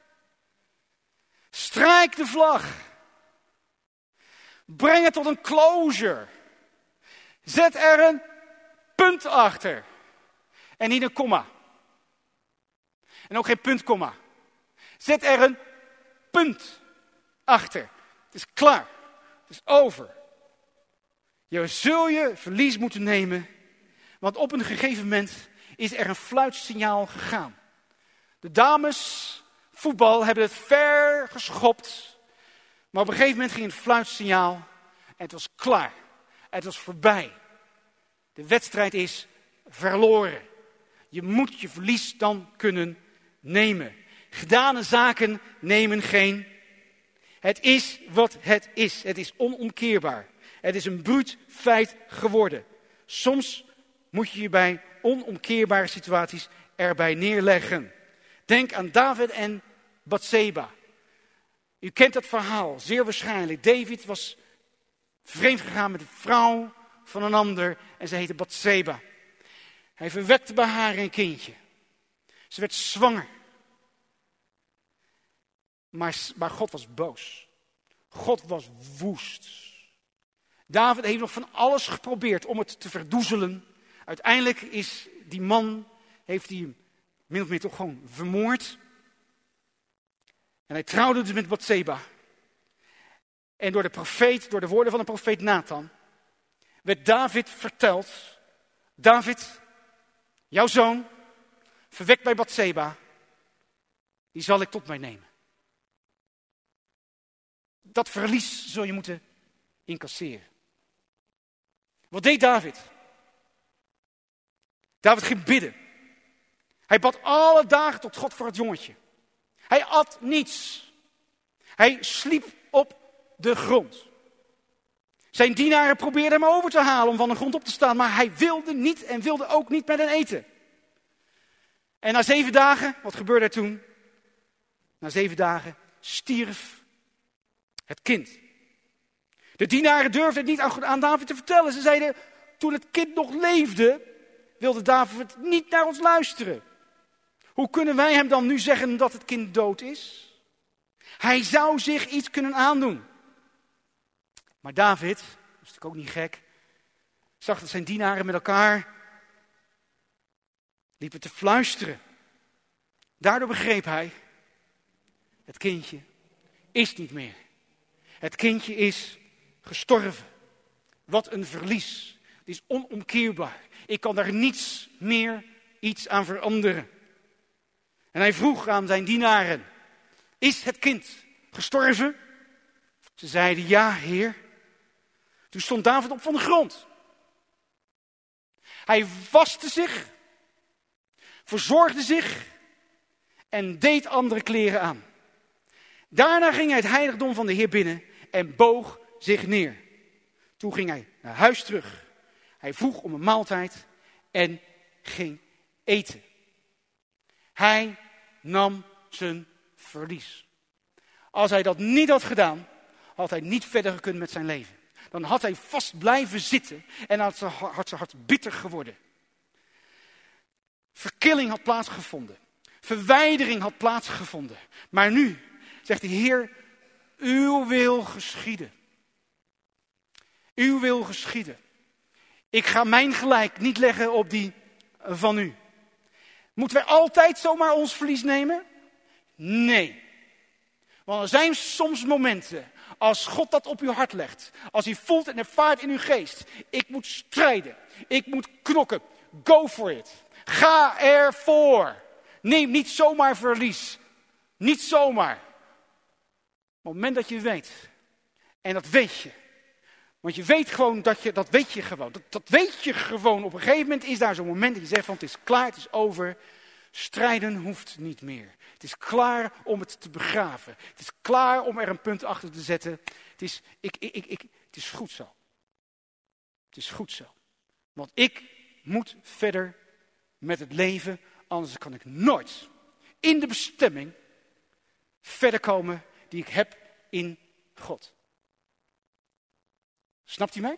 Strijk de vlag. Breng het tot een closure. Zet er een punt achter. En niet een komma. En ook geen puntkomma. Zet er een punt achter. Het is klaar. Het is over. Je zul je verlies moeten nemen. Want op een gegeven moment is er een fluitsignaal gegaan. De dames voetbal hebben het ver geschopt. Maar op een gegeven moment ging het fluitsignaal en het was klaar. Het was voorbij. De wedstrijd is verloren. Je moet je verlies dan kunnen nemen. Gedane zaken nemen geen. Het is wat het is. Het is onomkeerbaar. Het is een bruut feit geworden. Soms moet je je bij onomkeerbare situaties erbij neerleggen. Denk aan David en Batseba. U kent dat verhaal, zeer waarschijnlijk. David was vreemd gegaan met de vrouw van een ander en ze heette Batseba. Hij verwekte bij haar een kindje. Ze werd zwanger. Maar, maar God was boos. God was woest. David heeft nog van alles geprobeerd om het te verdoezelen. Uiteindelijk is die man, heeft hij hem min of meer toch gewoon vermoord. En hij trouwde dus met Batseba. En door de profeet, door de woorden van de profeet Nathan, werd David verteld: David, jouw zoon, verwekt bij Batseba, die zal ik tot mij nemen. Dat verlies zul je moeten incasseren. Wat deed David? David ging bidden. Hij bad alle dagen tot God voor het jongetje. Hij at niets. Hij sliep op de grond. Zijn dienaren probeerden hem over te halen om van de grond op te staan, maar hij wilde niet en wilde ook niet met hen eten. En na zeven dagen, wat gebeurde er toen? Na zeven dagen stierf het kind. De dienaren durfden het niet aan David te vertellen. Ze zeiden, toen het kind nog leefde, wilde David niet naar ons luisteren. Hoe kunnen wij hem dan nu zeggen dat het kind dood is? Hij zou zich iets kunnen aandoen. Maar David, dat is natuurlijk ook niet gek, zag dat zijn dienaren met elkaar liepen te fluisteren. Daardoor begreep hij, het kindje is niet meer. Het kindje is gestorven. Wat een verlies. Het is onomkeerbaar. Ik kan daar niets meer iets aan veranderen. En hij vroeg aan zijn dienaren, is het kind gestorven? Ze zeiden, ja, heer. Toen stond David op van de grond. Hij waste zich, verzorgde zich en deed andere kleren aan. Daarna ging hij het heiligdom van de Heer binnen en boog zich neer. Toen ging hij naar huis terug. Hij vroeg om een maaltijd en ging eten. Hij nam zijn verlies. Als hij dat niet had gedaan, had hij niet verder gekund met zijn leven. Dan had hij vast blijven zitten en had zijn hart, zijn hart bitter geworden. Verkilling had plaatsgevonden. Verwijdering had plaatsgevonden. Maar nu zegt de Heer, uw wil geschieden. Uw wil geschieden. Ik ga mijn gelijk niet leggen op die van u. Moeten wij altijd zomaar ons verlies nemen? Nee. Want er zijn soms momenten, als God dat op uw hart legt. Als u voelt en ervaart in uw geest. Ik moet strijden. Ik moet knokken. Go for it. Ga ervoor. Neem niet zomaar verlies. Niet zomaar. Op het moment dat je weet. En dat weet je. Want je weet gewoon dat je, dat weet je gewoon. Dat, dat weet je gewoon. Op een gegeven moment is daar zo'n moment dat je zegt van het is klaar, het is over. Strijden hoeft niet meer. Het is klaar om het te begraven. Het is klaar om er een punt achter te zetten. Het is, ik, ik, ik, ik, het is goed zo. Het is goed zo. Want ik moet verder met het leven. Anders kan ik nooit in de bestemming verder komen die ik heb in God. Snapt u mij?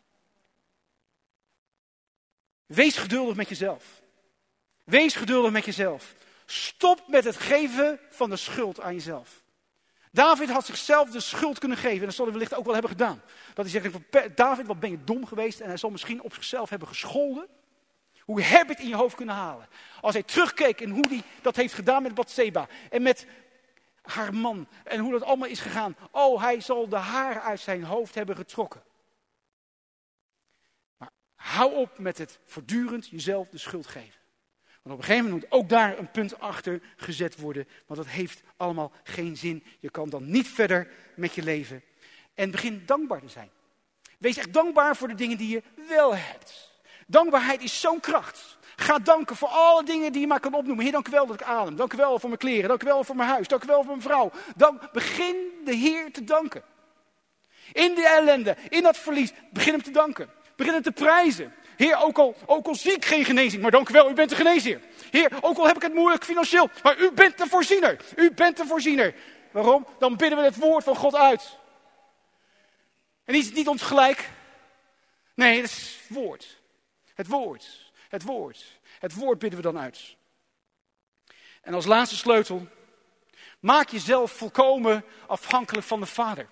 Wees geduldig met jezelf. Wees geduldig met jezelf. Stop met het geven van de schuld aan jezelf. David had zichzelf de schuld kunnen geven. En dat zal hij wellicht ook wel hebben gedaan. Dat hij zegt, David, wat ben je dom geweest. En hij zal misschien op zichzelf hebben gescholden. Hoe heb je het in je hoofd kunnen halen? Als hij terugkeek en hoe hij dat heeft gedaan met Batseba. En met haar man. En hoe dat allemaal is gegaan. Oh, hij zal de haren uit zijn hoofd hebben getrokken. Maar hou op met het voortdurend jezelf de schuld geven. Want op een gegeven moment moet ook daar een punt achter gezet worden. Want dat heeft allemaal geen zin. Je kan dan niet verder met je leven. En begin dankbaar te zijn. Wees echt dankbaar voor de dingen die je wel hebt. Dankbaarheid is zo'n kracht. Ga danken voor alle dingen die je maar kan opnoemen. Heer, dank u wel dat ik adem. Dank u wel voor mijn kleren. Dank u wel voor mijn huis. Dank u wel voor mijn vrouw. Dank, begin de Heer te danken. In de ellende, in dat verlies, begin hem te danken. Begin hem te prijzen. Heer, ook al, ook al zie ik geen genezing, maar dank u wel, u bent de geneesheer. Heer, ook al heb ik het moeilijk financieel, maar u bent de voorziener. U bent de voorziener. Waarom? Dan bidden we het woord van God uit. En is het niet ons gelijk? Nee, het is het woord. Het woord. Het woord. Het woord bidden we dan uit. En als laatste sleutel, maak jezelf volkomen afhankelijk van de Vader.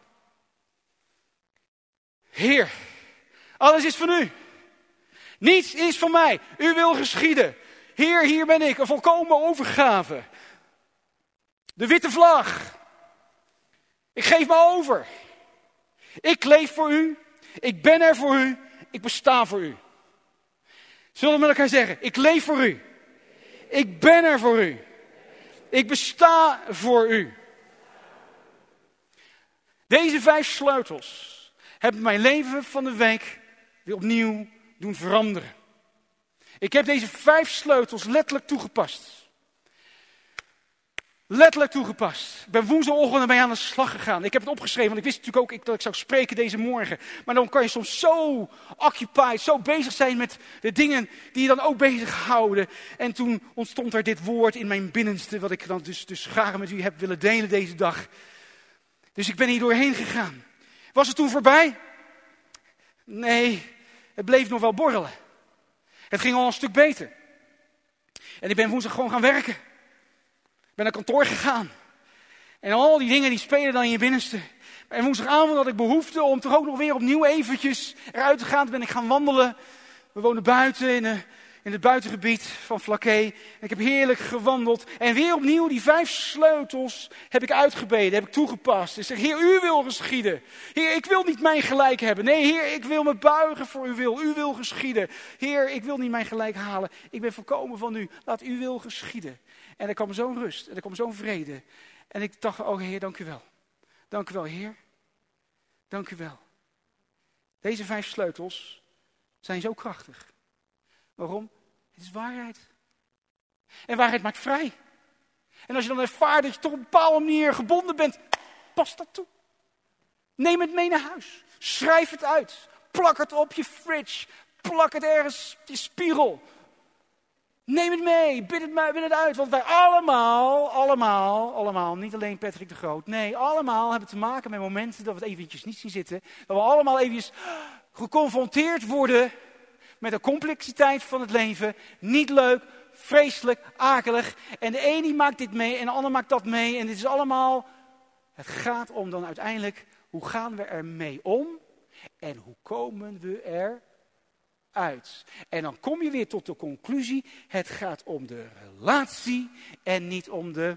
Heer, alles is van u. Niets is van mij. U wil geschieden. Heer, hier ben ik. Een volkomen overgave. De witte vlag. Ik geef me over. Ik leef voor u. Ik ben er voor u. Ik besta voor u. Zullen we met elkaar zeggen? Ik leef voor u. Ik ben er voor u. Ik besta voor u. Deze vijf sleutels hebben mijn leven van de week weer opnieuw doen veranderen. Ik heb deze vijf sleutels letterlijk toegepast. Letterlijk toegepast. Ik ben woensdagochtend ermee aan de slag gegaan. Ik heb het opgeschreven, want ik wist natuurlijk ook dat ik zou spreken deze morgen. Maar dan kan je soms zo occupied, zo bezig zijn met de dingen die je dan ook bezighouden. En toen ontstond er dit woord in mijn binnenste, wat ik dan dus, dus graag met u heb willen delen deze dag. Dus ik ben hier doorheen gegaan. Was het toen voorbij? Nee, het bleef nog wel borrelen. Het ging al een stuk beter. En ik ben woensdag gewoon gaan werken. Ik ben naar kantoor gegaan. En al die dingen die spelen dan in je binnenste. En woensdagavond had ik behoefte om toch ook nog weer opnieuw eventjes eruit te gaan. Toen ben ik gaan wandelen. We wonen buiten in, een, in het buitengebied van Flaké. En ik heb heerlijk gewandeld. En weer opnieuw die vijf sleutels heb ik uitgebeden, heb ik toegepast. Ik zeg, Heer, u wil geschieden. Heer, ik wil niet mijn gelijk hebben. Nee, Heer, ik wil me buigen voor uw wil. U wil geschieden. Heer, ik wil niet mijn gelijk halen. Ik ben volkomen van u. Laat uw wil geschieden. En er kwam zo'n rust. En er kwam zo'n vrede. En ik dacht, oh Heer, dank u wel. Dank u wel, Heer. Dank u wel. Deze vijf sleutels zijn zo krachtig. Waarom? Het is waarheid. En waarheid maakt vrij. En als je dan ervaart dat je toch op een bepaalde manier gebonden bent, pas dat toe. Neem het mee naar huis. Schrijf het uit. Plak het op je fridge. Plak het ergens op je spiegel. Neem het mee. Bid het, bid het uit. Want wij allemaal, allemaal, allemaal, niet alleen Patrick de Groot. Nee, allemaal hebben te maken met momenten dat we het eventjes niet zien zitten. Dat we allemaal eventjes geconfronteerd worden met de complexiteit van het leven. Niet leuk, vreselijk, akelig. En de een die maakt dit mee en de ander maakt dat mee. En dit is allemaal, het gaat om dan uiteindelijk, hoe gaan we er mee om? En hoe komen we eruit? En dan kom je weer tot de conclusie, het gaat om de relatie en niet om de...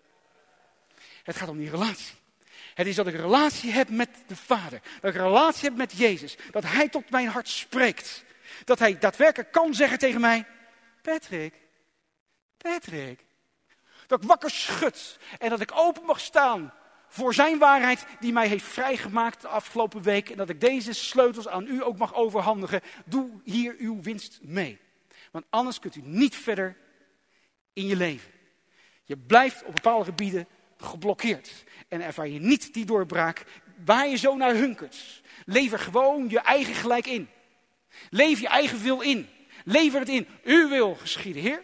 Het gaat om die relatie. Het is dat ik een relatie heb met de Vader. Dat ik een relatie heb met Jezus. Dat Hij tot mijn hart spreekt. Dat Hij daadwerkelijk kan zeggen tegen mij, Patrick, Patrick. Dat ik wakker schud en dat ik open mag staan voor zijn waarheid die mij heeft vrijgemaakt de afgelopen week. En dat ik deze sleutels aan u ook mag overhandigen. Doe hier uw winst mee. Want anders kunt u niet verder in je leven. Je blijft op bepaalde gebieden geblokkeerd. En ervaar je niet die doorbraak waar je zo naar hunkert. Lever gewoon je eigen gelijk in. Leef je eigen wil in. Lever het in. U wil geschieden, Heer.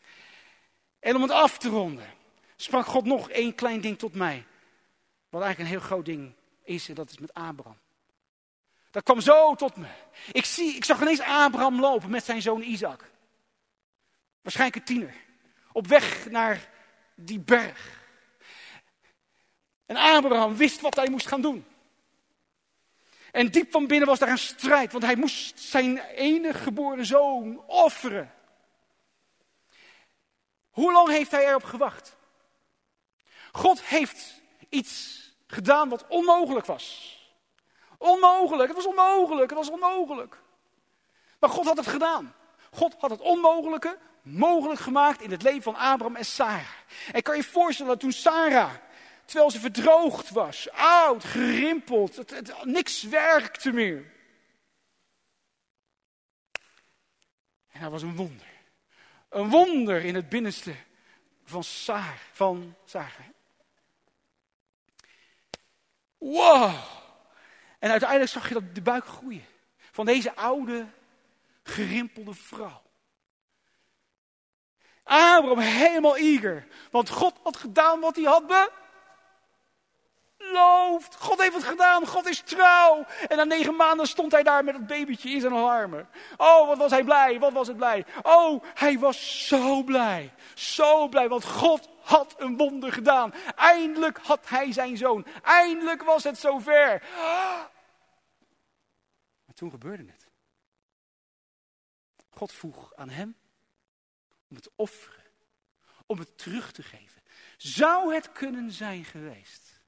En om het af te ronden, sprak God nog één klein ding tot mij. Wat eigenlijk een heel groot ding is, en dat is met Abraham. Dat kwam zo tot me. Ik, zie, ik zag ineens Abraham lopen met zijn zoon Isaac. Waarschijnlijk een tiener. Op weg naar die berg. En Abraham wist wat hij moest gaan doen. En diep van binnen was daar een strijd, want hij moest zijn enige geboren zoon offeren. Hoe lang heeft hij erop gewacht? God heeft iets gedaan wat onmogelijk was. Onmogelijk, het was onmogelijk, het was onmogelijk. Maar God had het gedaan. God had het onmogelijke mogelijk gemaakt in het leven van Abraham en Sarah. En kan je je voorstellen dat toen Sarah, terwijl ze verdroogd was, oud, gerimpeld, het, het, niks werkte meer. En dat was een wonder. Een wonder in het binnenste van Sarah. Van Sarah. Wow! En uiteindelijk zag je dat de buik groeien. Van deze oude, gerimpelde vrouw. Abraham helemaal eager. Want God had gedaan wat hij had beloofd. God heeft het gedaan. God is trouw. En na negen maanden stond hij daar met het babytje in zijn armen. Oh, wat was hij blij. Wat was het blij. Oh, hij was zo blij. Zo blij. Want God had een wonder gedaan. Eindelijk had hij zijn zoon. Eindelijk was het zover. Maar toen gebeurde het. God vroeg aan hem om het te offeren. Om het terug te geven. Zou het kunnen zijn geweest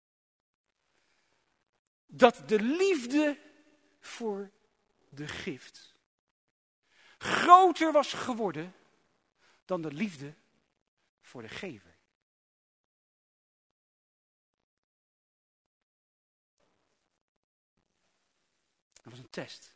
dat de liefde voor de gift groter was geworden dan de liefde voor de gever? Dat was een test.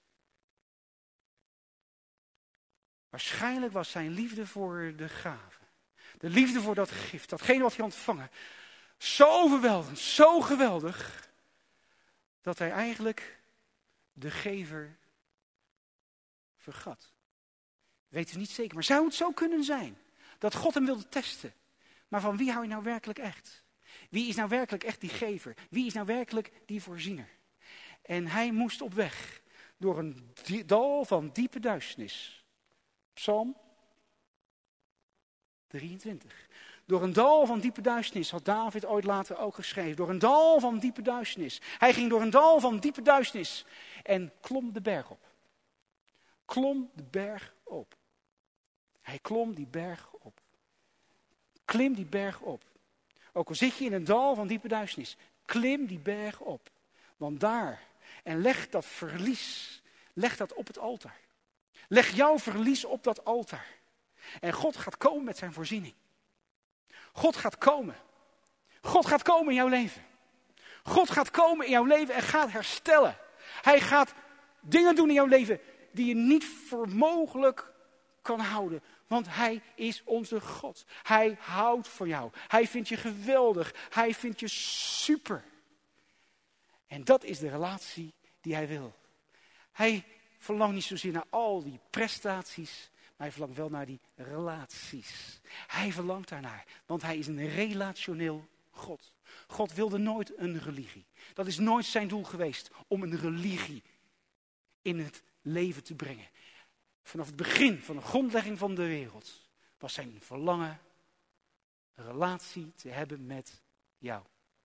Waarschijnlijk was zijn liefde voor de gave, de liefde voor dat gift, datgene wat hij ontvangen, zo overweldigend, zo geweldig, dat hij eigenlijk de gever vergat. Weet u niet zeker, maar zou het zo kunnen zijn dat God hem wilde testen? Maar van wie hou je nou werkelijk echt? Wie is nou werkelijk echt die gever? Wie is nou werkelijk die voorziener? En hij moest op weg door een dal van diepe duisternis. Psalm drieëntwintig. Door een dal van diepe duisternis had David ooit later ook geschreven. Door een dal van diepe duisternis. Hij ging door een dal van diepe duisternis en klom de berg op. Klom de berg op. Hij klom die berg op. Klim die berg op. Ook al zit je in een dal van diepe duisternis. Klim die berg op. Want daar, en leg dat verlies, leg dat op het altaar. Leg jouw verlies op dat altaar. En God gaat komen met zijn voorziening. God gaat komen. God gaat komen in jouw leven. God gaat komen in jouw leven en gaat herstellen. Hij gaat dingen doen in jouw leven die je niet voor mogelijk kan houden. Want hij is onze God. Hij houdt van jou. Hij vindt je geweldig. Hij vindt je super. En dat is de relatie die hij wil. Hij verlangt niet zozeer naar al die prestaties, maar hij verlangt wel naar die relaties. Hij verlangt daarnaar, want hij is een relationeel God. God wilde nooit een religie. Dat is nooit zijn doel geweest, om een religie in het leven te brengen. Vanaf het begin van de grondlegging van de wereld was zijn verlangen een relatie te hebben met jou.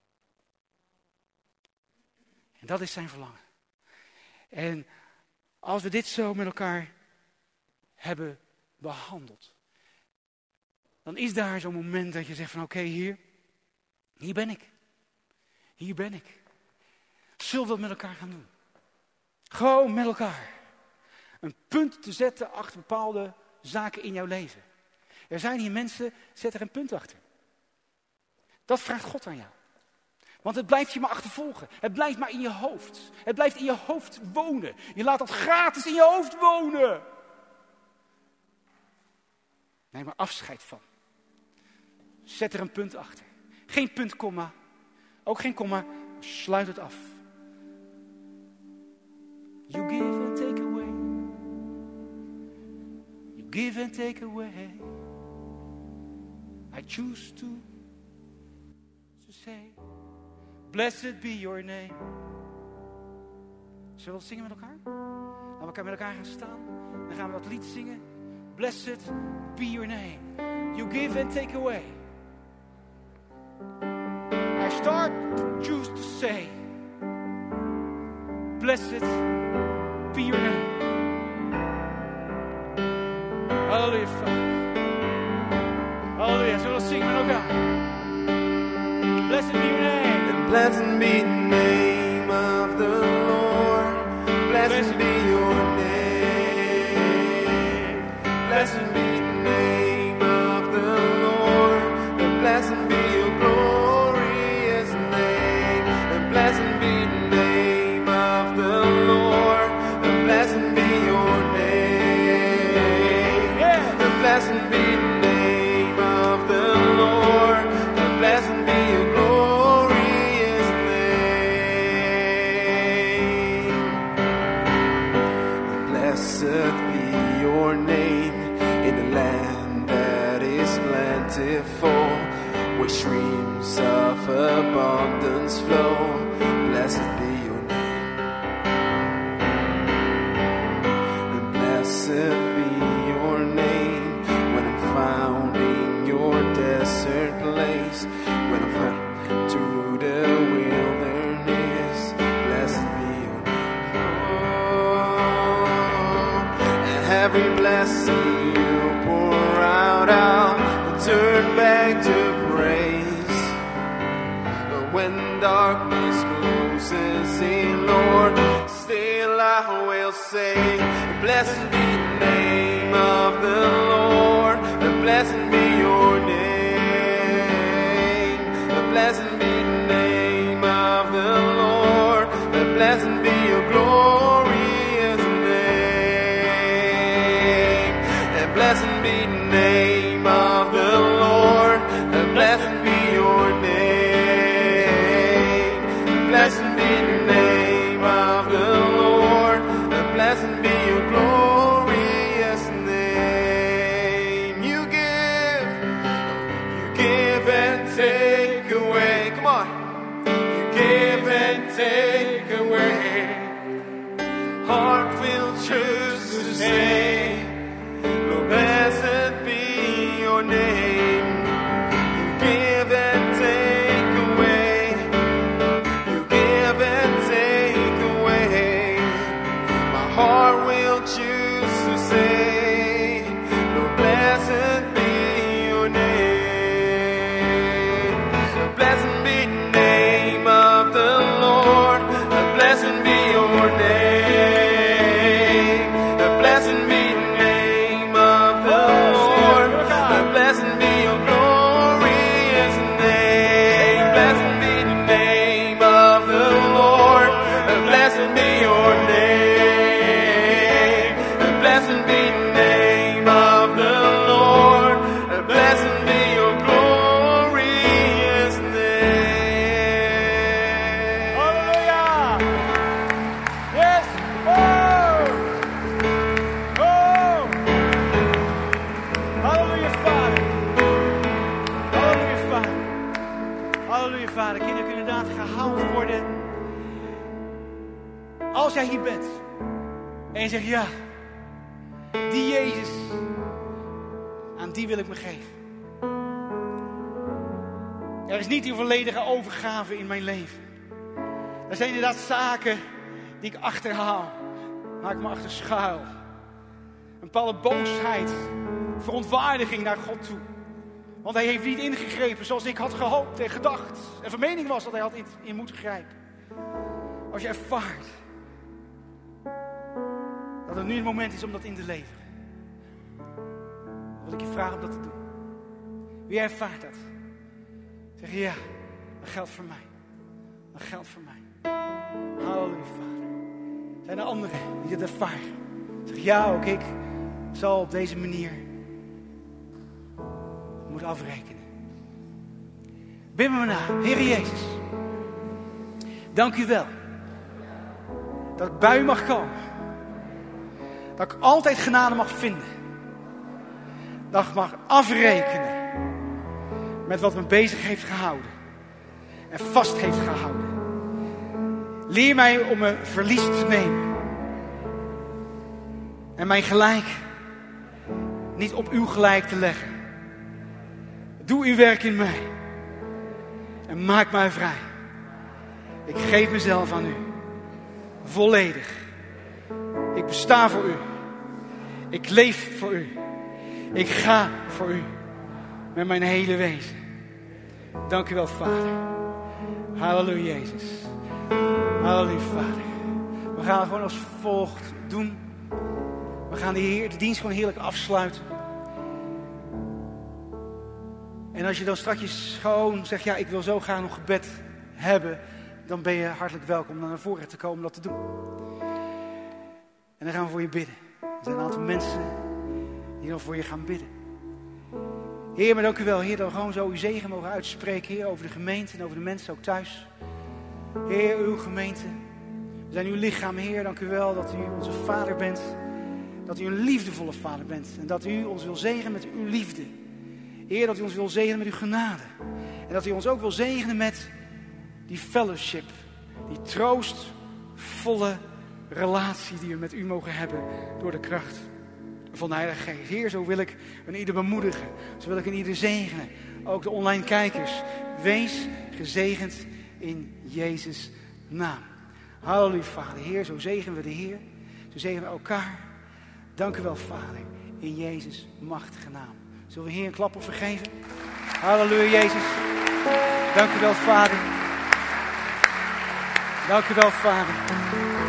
En dat is zijn verlangen. En als we dit zo met elkaar hebben behandeld, dan is daar zo'n moment dat je zegt van oké, okay, hier, hier ben ik. Hier ben ik. Zullen we dat met elkaar gaan doen? Gewoon met elkaar. Een punt te zetten achter bepaalde zaken in jouw leven. Er zijn hier mensen, zet er een punt achter. Dat vraagt God aan jou. Want het blijft je maar achtervolgen. Het blijft maar in je hoofd. Het blijft in je hoofd wonen. Je laat dat gratis in je hoofd wonen. Neem er afscheid van. Zet er een punt achter. Geen punt, komma. Ook geen komma. Sluit het af. You give and take away. You give and take away. I choose to, to say, blessed be your name. Zullen we dat zingen met elkaar? Laten we elkaar met elkaar gaan staan. Dan gaan we dat lied zingen. Blessed be your name. You give and take away. I start to choose to say, blessed be your name. Halleluja, Vader. Halleluja, zullen we zingen met elkaar? Blessed be your name. And blessed be the name of the Lord. Blessed, blessed be your name. blessed be the name of the Lord. And blessed be your glorious name. And blessed be the name of the Lord. And blessed be your name. And blessed be the name of the Lord. And blessed be your glorious name. And blessed be your name in the land that is plentiful, where streams of abundance flow. Blessed be your name. And blessed be your name when I'm found in your desert place, when I'm found through the wilderness. Blessed be your name. Oh, and every blessing you pour out, I'll turn back to praise. But when darkness closes in, Lord, still I will say, blessed be the name of the Lord. And blessed be your name. And blessed be the name of the Lord. And blessed be your glorious name. And blessed be the name of the Lord. And blessed be your name. And blessed be the name of the Lord. And blessed be your glorious name. You give, you give and take away. Come on. You give and take away. Heart will choose to say, Lord, blessed be your name. You give and take away. You give and take away. My heart will choose to say, Lord, blessed be your name. Blessed be the name of the Lord. Blessed be your name. Blessed be the name of the Lord. Blessed be your glorious name. Blessed be the name of the Lord. Blessed be your name. Blessed be the name of the Lord. Blessed be your glorious name. Hallelujah. Yes. Oh. Oh. Halleluja, Vader. Halleluja, Vader. Halleluja, Vader. Kinderen kunnen inderdaad gehaald worden. Als jij hier bent en je zegt ja, die Jezus, aan die wil ik me geven. Er is niet die volledige overgave in mijn leven. Er zijn inderdaad zaken die ik achterhaal, waar ik me achter schuil. Een bepaalde boosheid, verontwaardiging naar God toe. Want hij heeft niet ingegrepen zoals ik had gehoopt en gedacht. En van mening was dat hij had in, in moeten grijpen. Als je ervaart dat het nu het moment is om dat in te leveren, dan wil ik je vragen om dat te doen. Wie ervaart dat? Zeg je ja, dat geldt voor mij. Dat geldt voor mij. Halleluja, Vader. Zijn er anderen die dat ervaren? Zeg ja, ook ik zal op deze manier moeten afrekenen. Bid me na, Heer Jezus. Dank u wel dat ik bij u mag komen. Dat ik altijd genade mag vinden. Dat ik mag afrekenen met wat me bezig heeft gehouden. En vast heeft gehouden. Leer mij om mijn verlies te nemen. En mijn gelijk niet op uw gelijk te leggen. Doe uw werk in mij. En maak mij vrij. Ik geef mezelf aan u. Volledig. Ik besta voor u. Ik leef voor u. Ik ga voor u. Met mijn hele wezen. Dank u wel, Vader. Halleluja, Jezus. Halleluja, Vader. We gaan gewoon als volgt doen. We gaan de, Heer, de dienst gewoon heerlijk afsluiten. En als je dan straks gewoon zegt, ja, ik wil zo graag nog gebed hebben, dan ben je hartelijk welkom om naar voren te komen om dat te doen. En dan gaan we voor je bidden. Er zijn een aantal mensen die dan voor je gaan bidden. Heer, maar dank u wel, Heer, dat we gewoon zo uw zegen mogen uitspreken, Heer, over de gemeente en over de mensen ook thuis. Heer, uw gemeente. We zijn uw lichaam, Heer, dank u wel dat u onze vader bent. Dat u een liefdevolle vader bent. En dat u ons wil zegenen met uw liefde. Heer, dat u ons wil zegenen met uw genade. En dat u ons ook wil zegenen met die fellowship. Die troostvolle relatie die we met u mogen hebben door de kracht van de Heilige Geest. Heer, zo wil ik een ieder bemoedigen. Zo wil ik een ieder zegenen. Ook de online kijkers. Wees gezegend in Jezus' naam. Halleluja, Vader. Heer, zo zegenen we de Heer. Zo zegenen we elkaar. Dank u wel, Vader. In Jezus' machtige naam. Zullen we Heer een klap op vergeven? Halleluja, Jezus. Dank u wel, Vader. Dank u wel, Vader.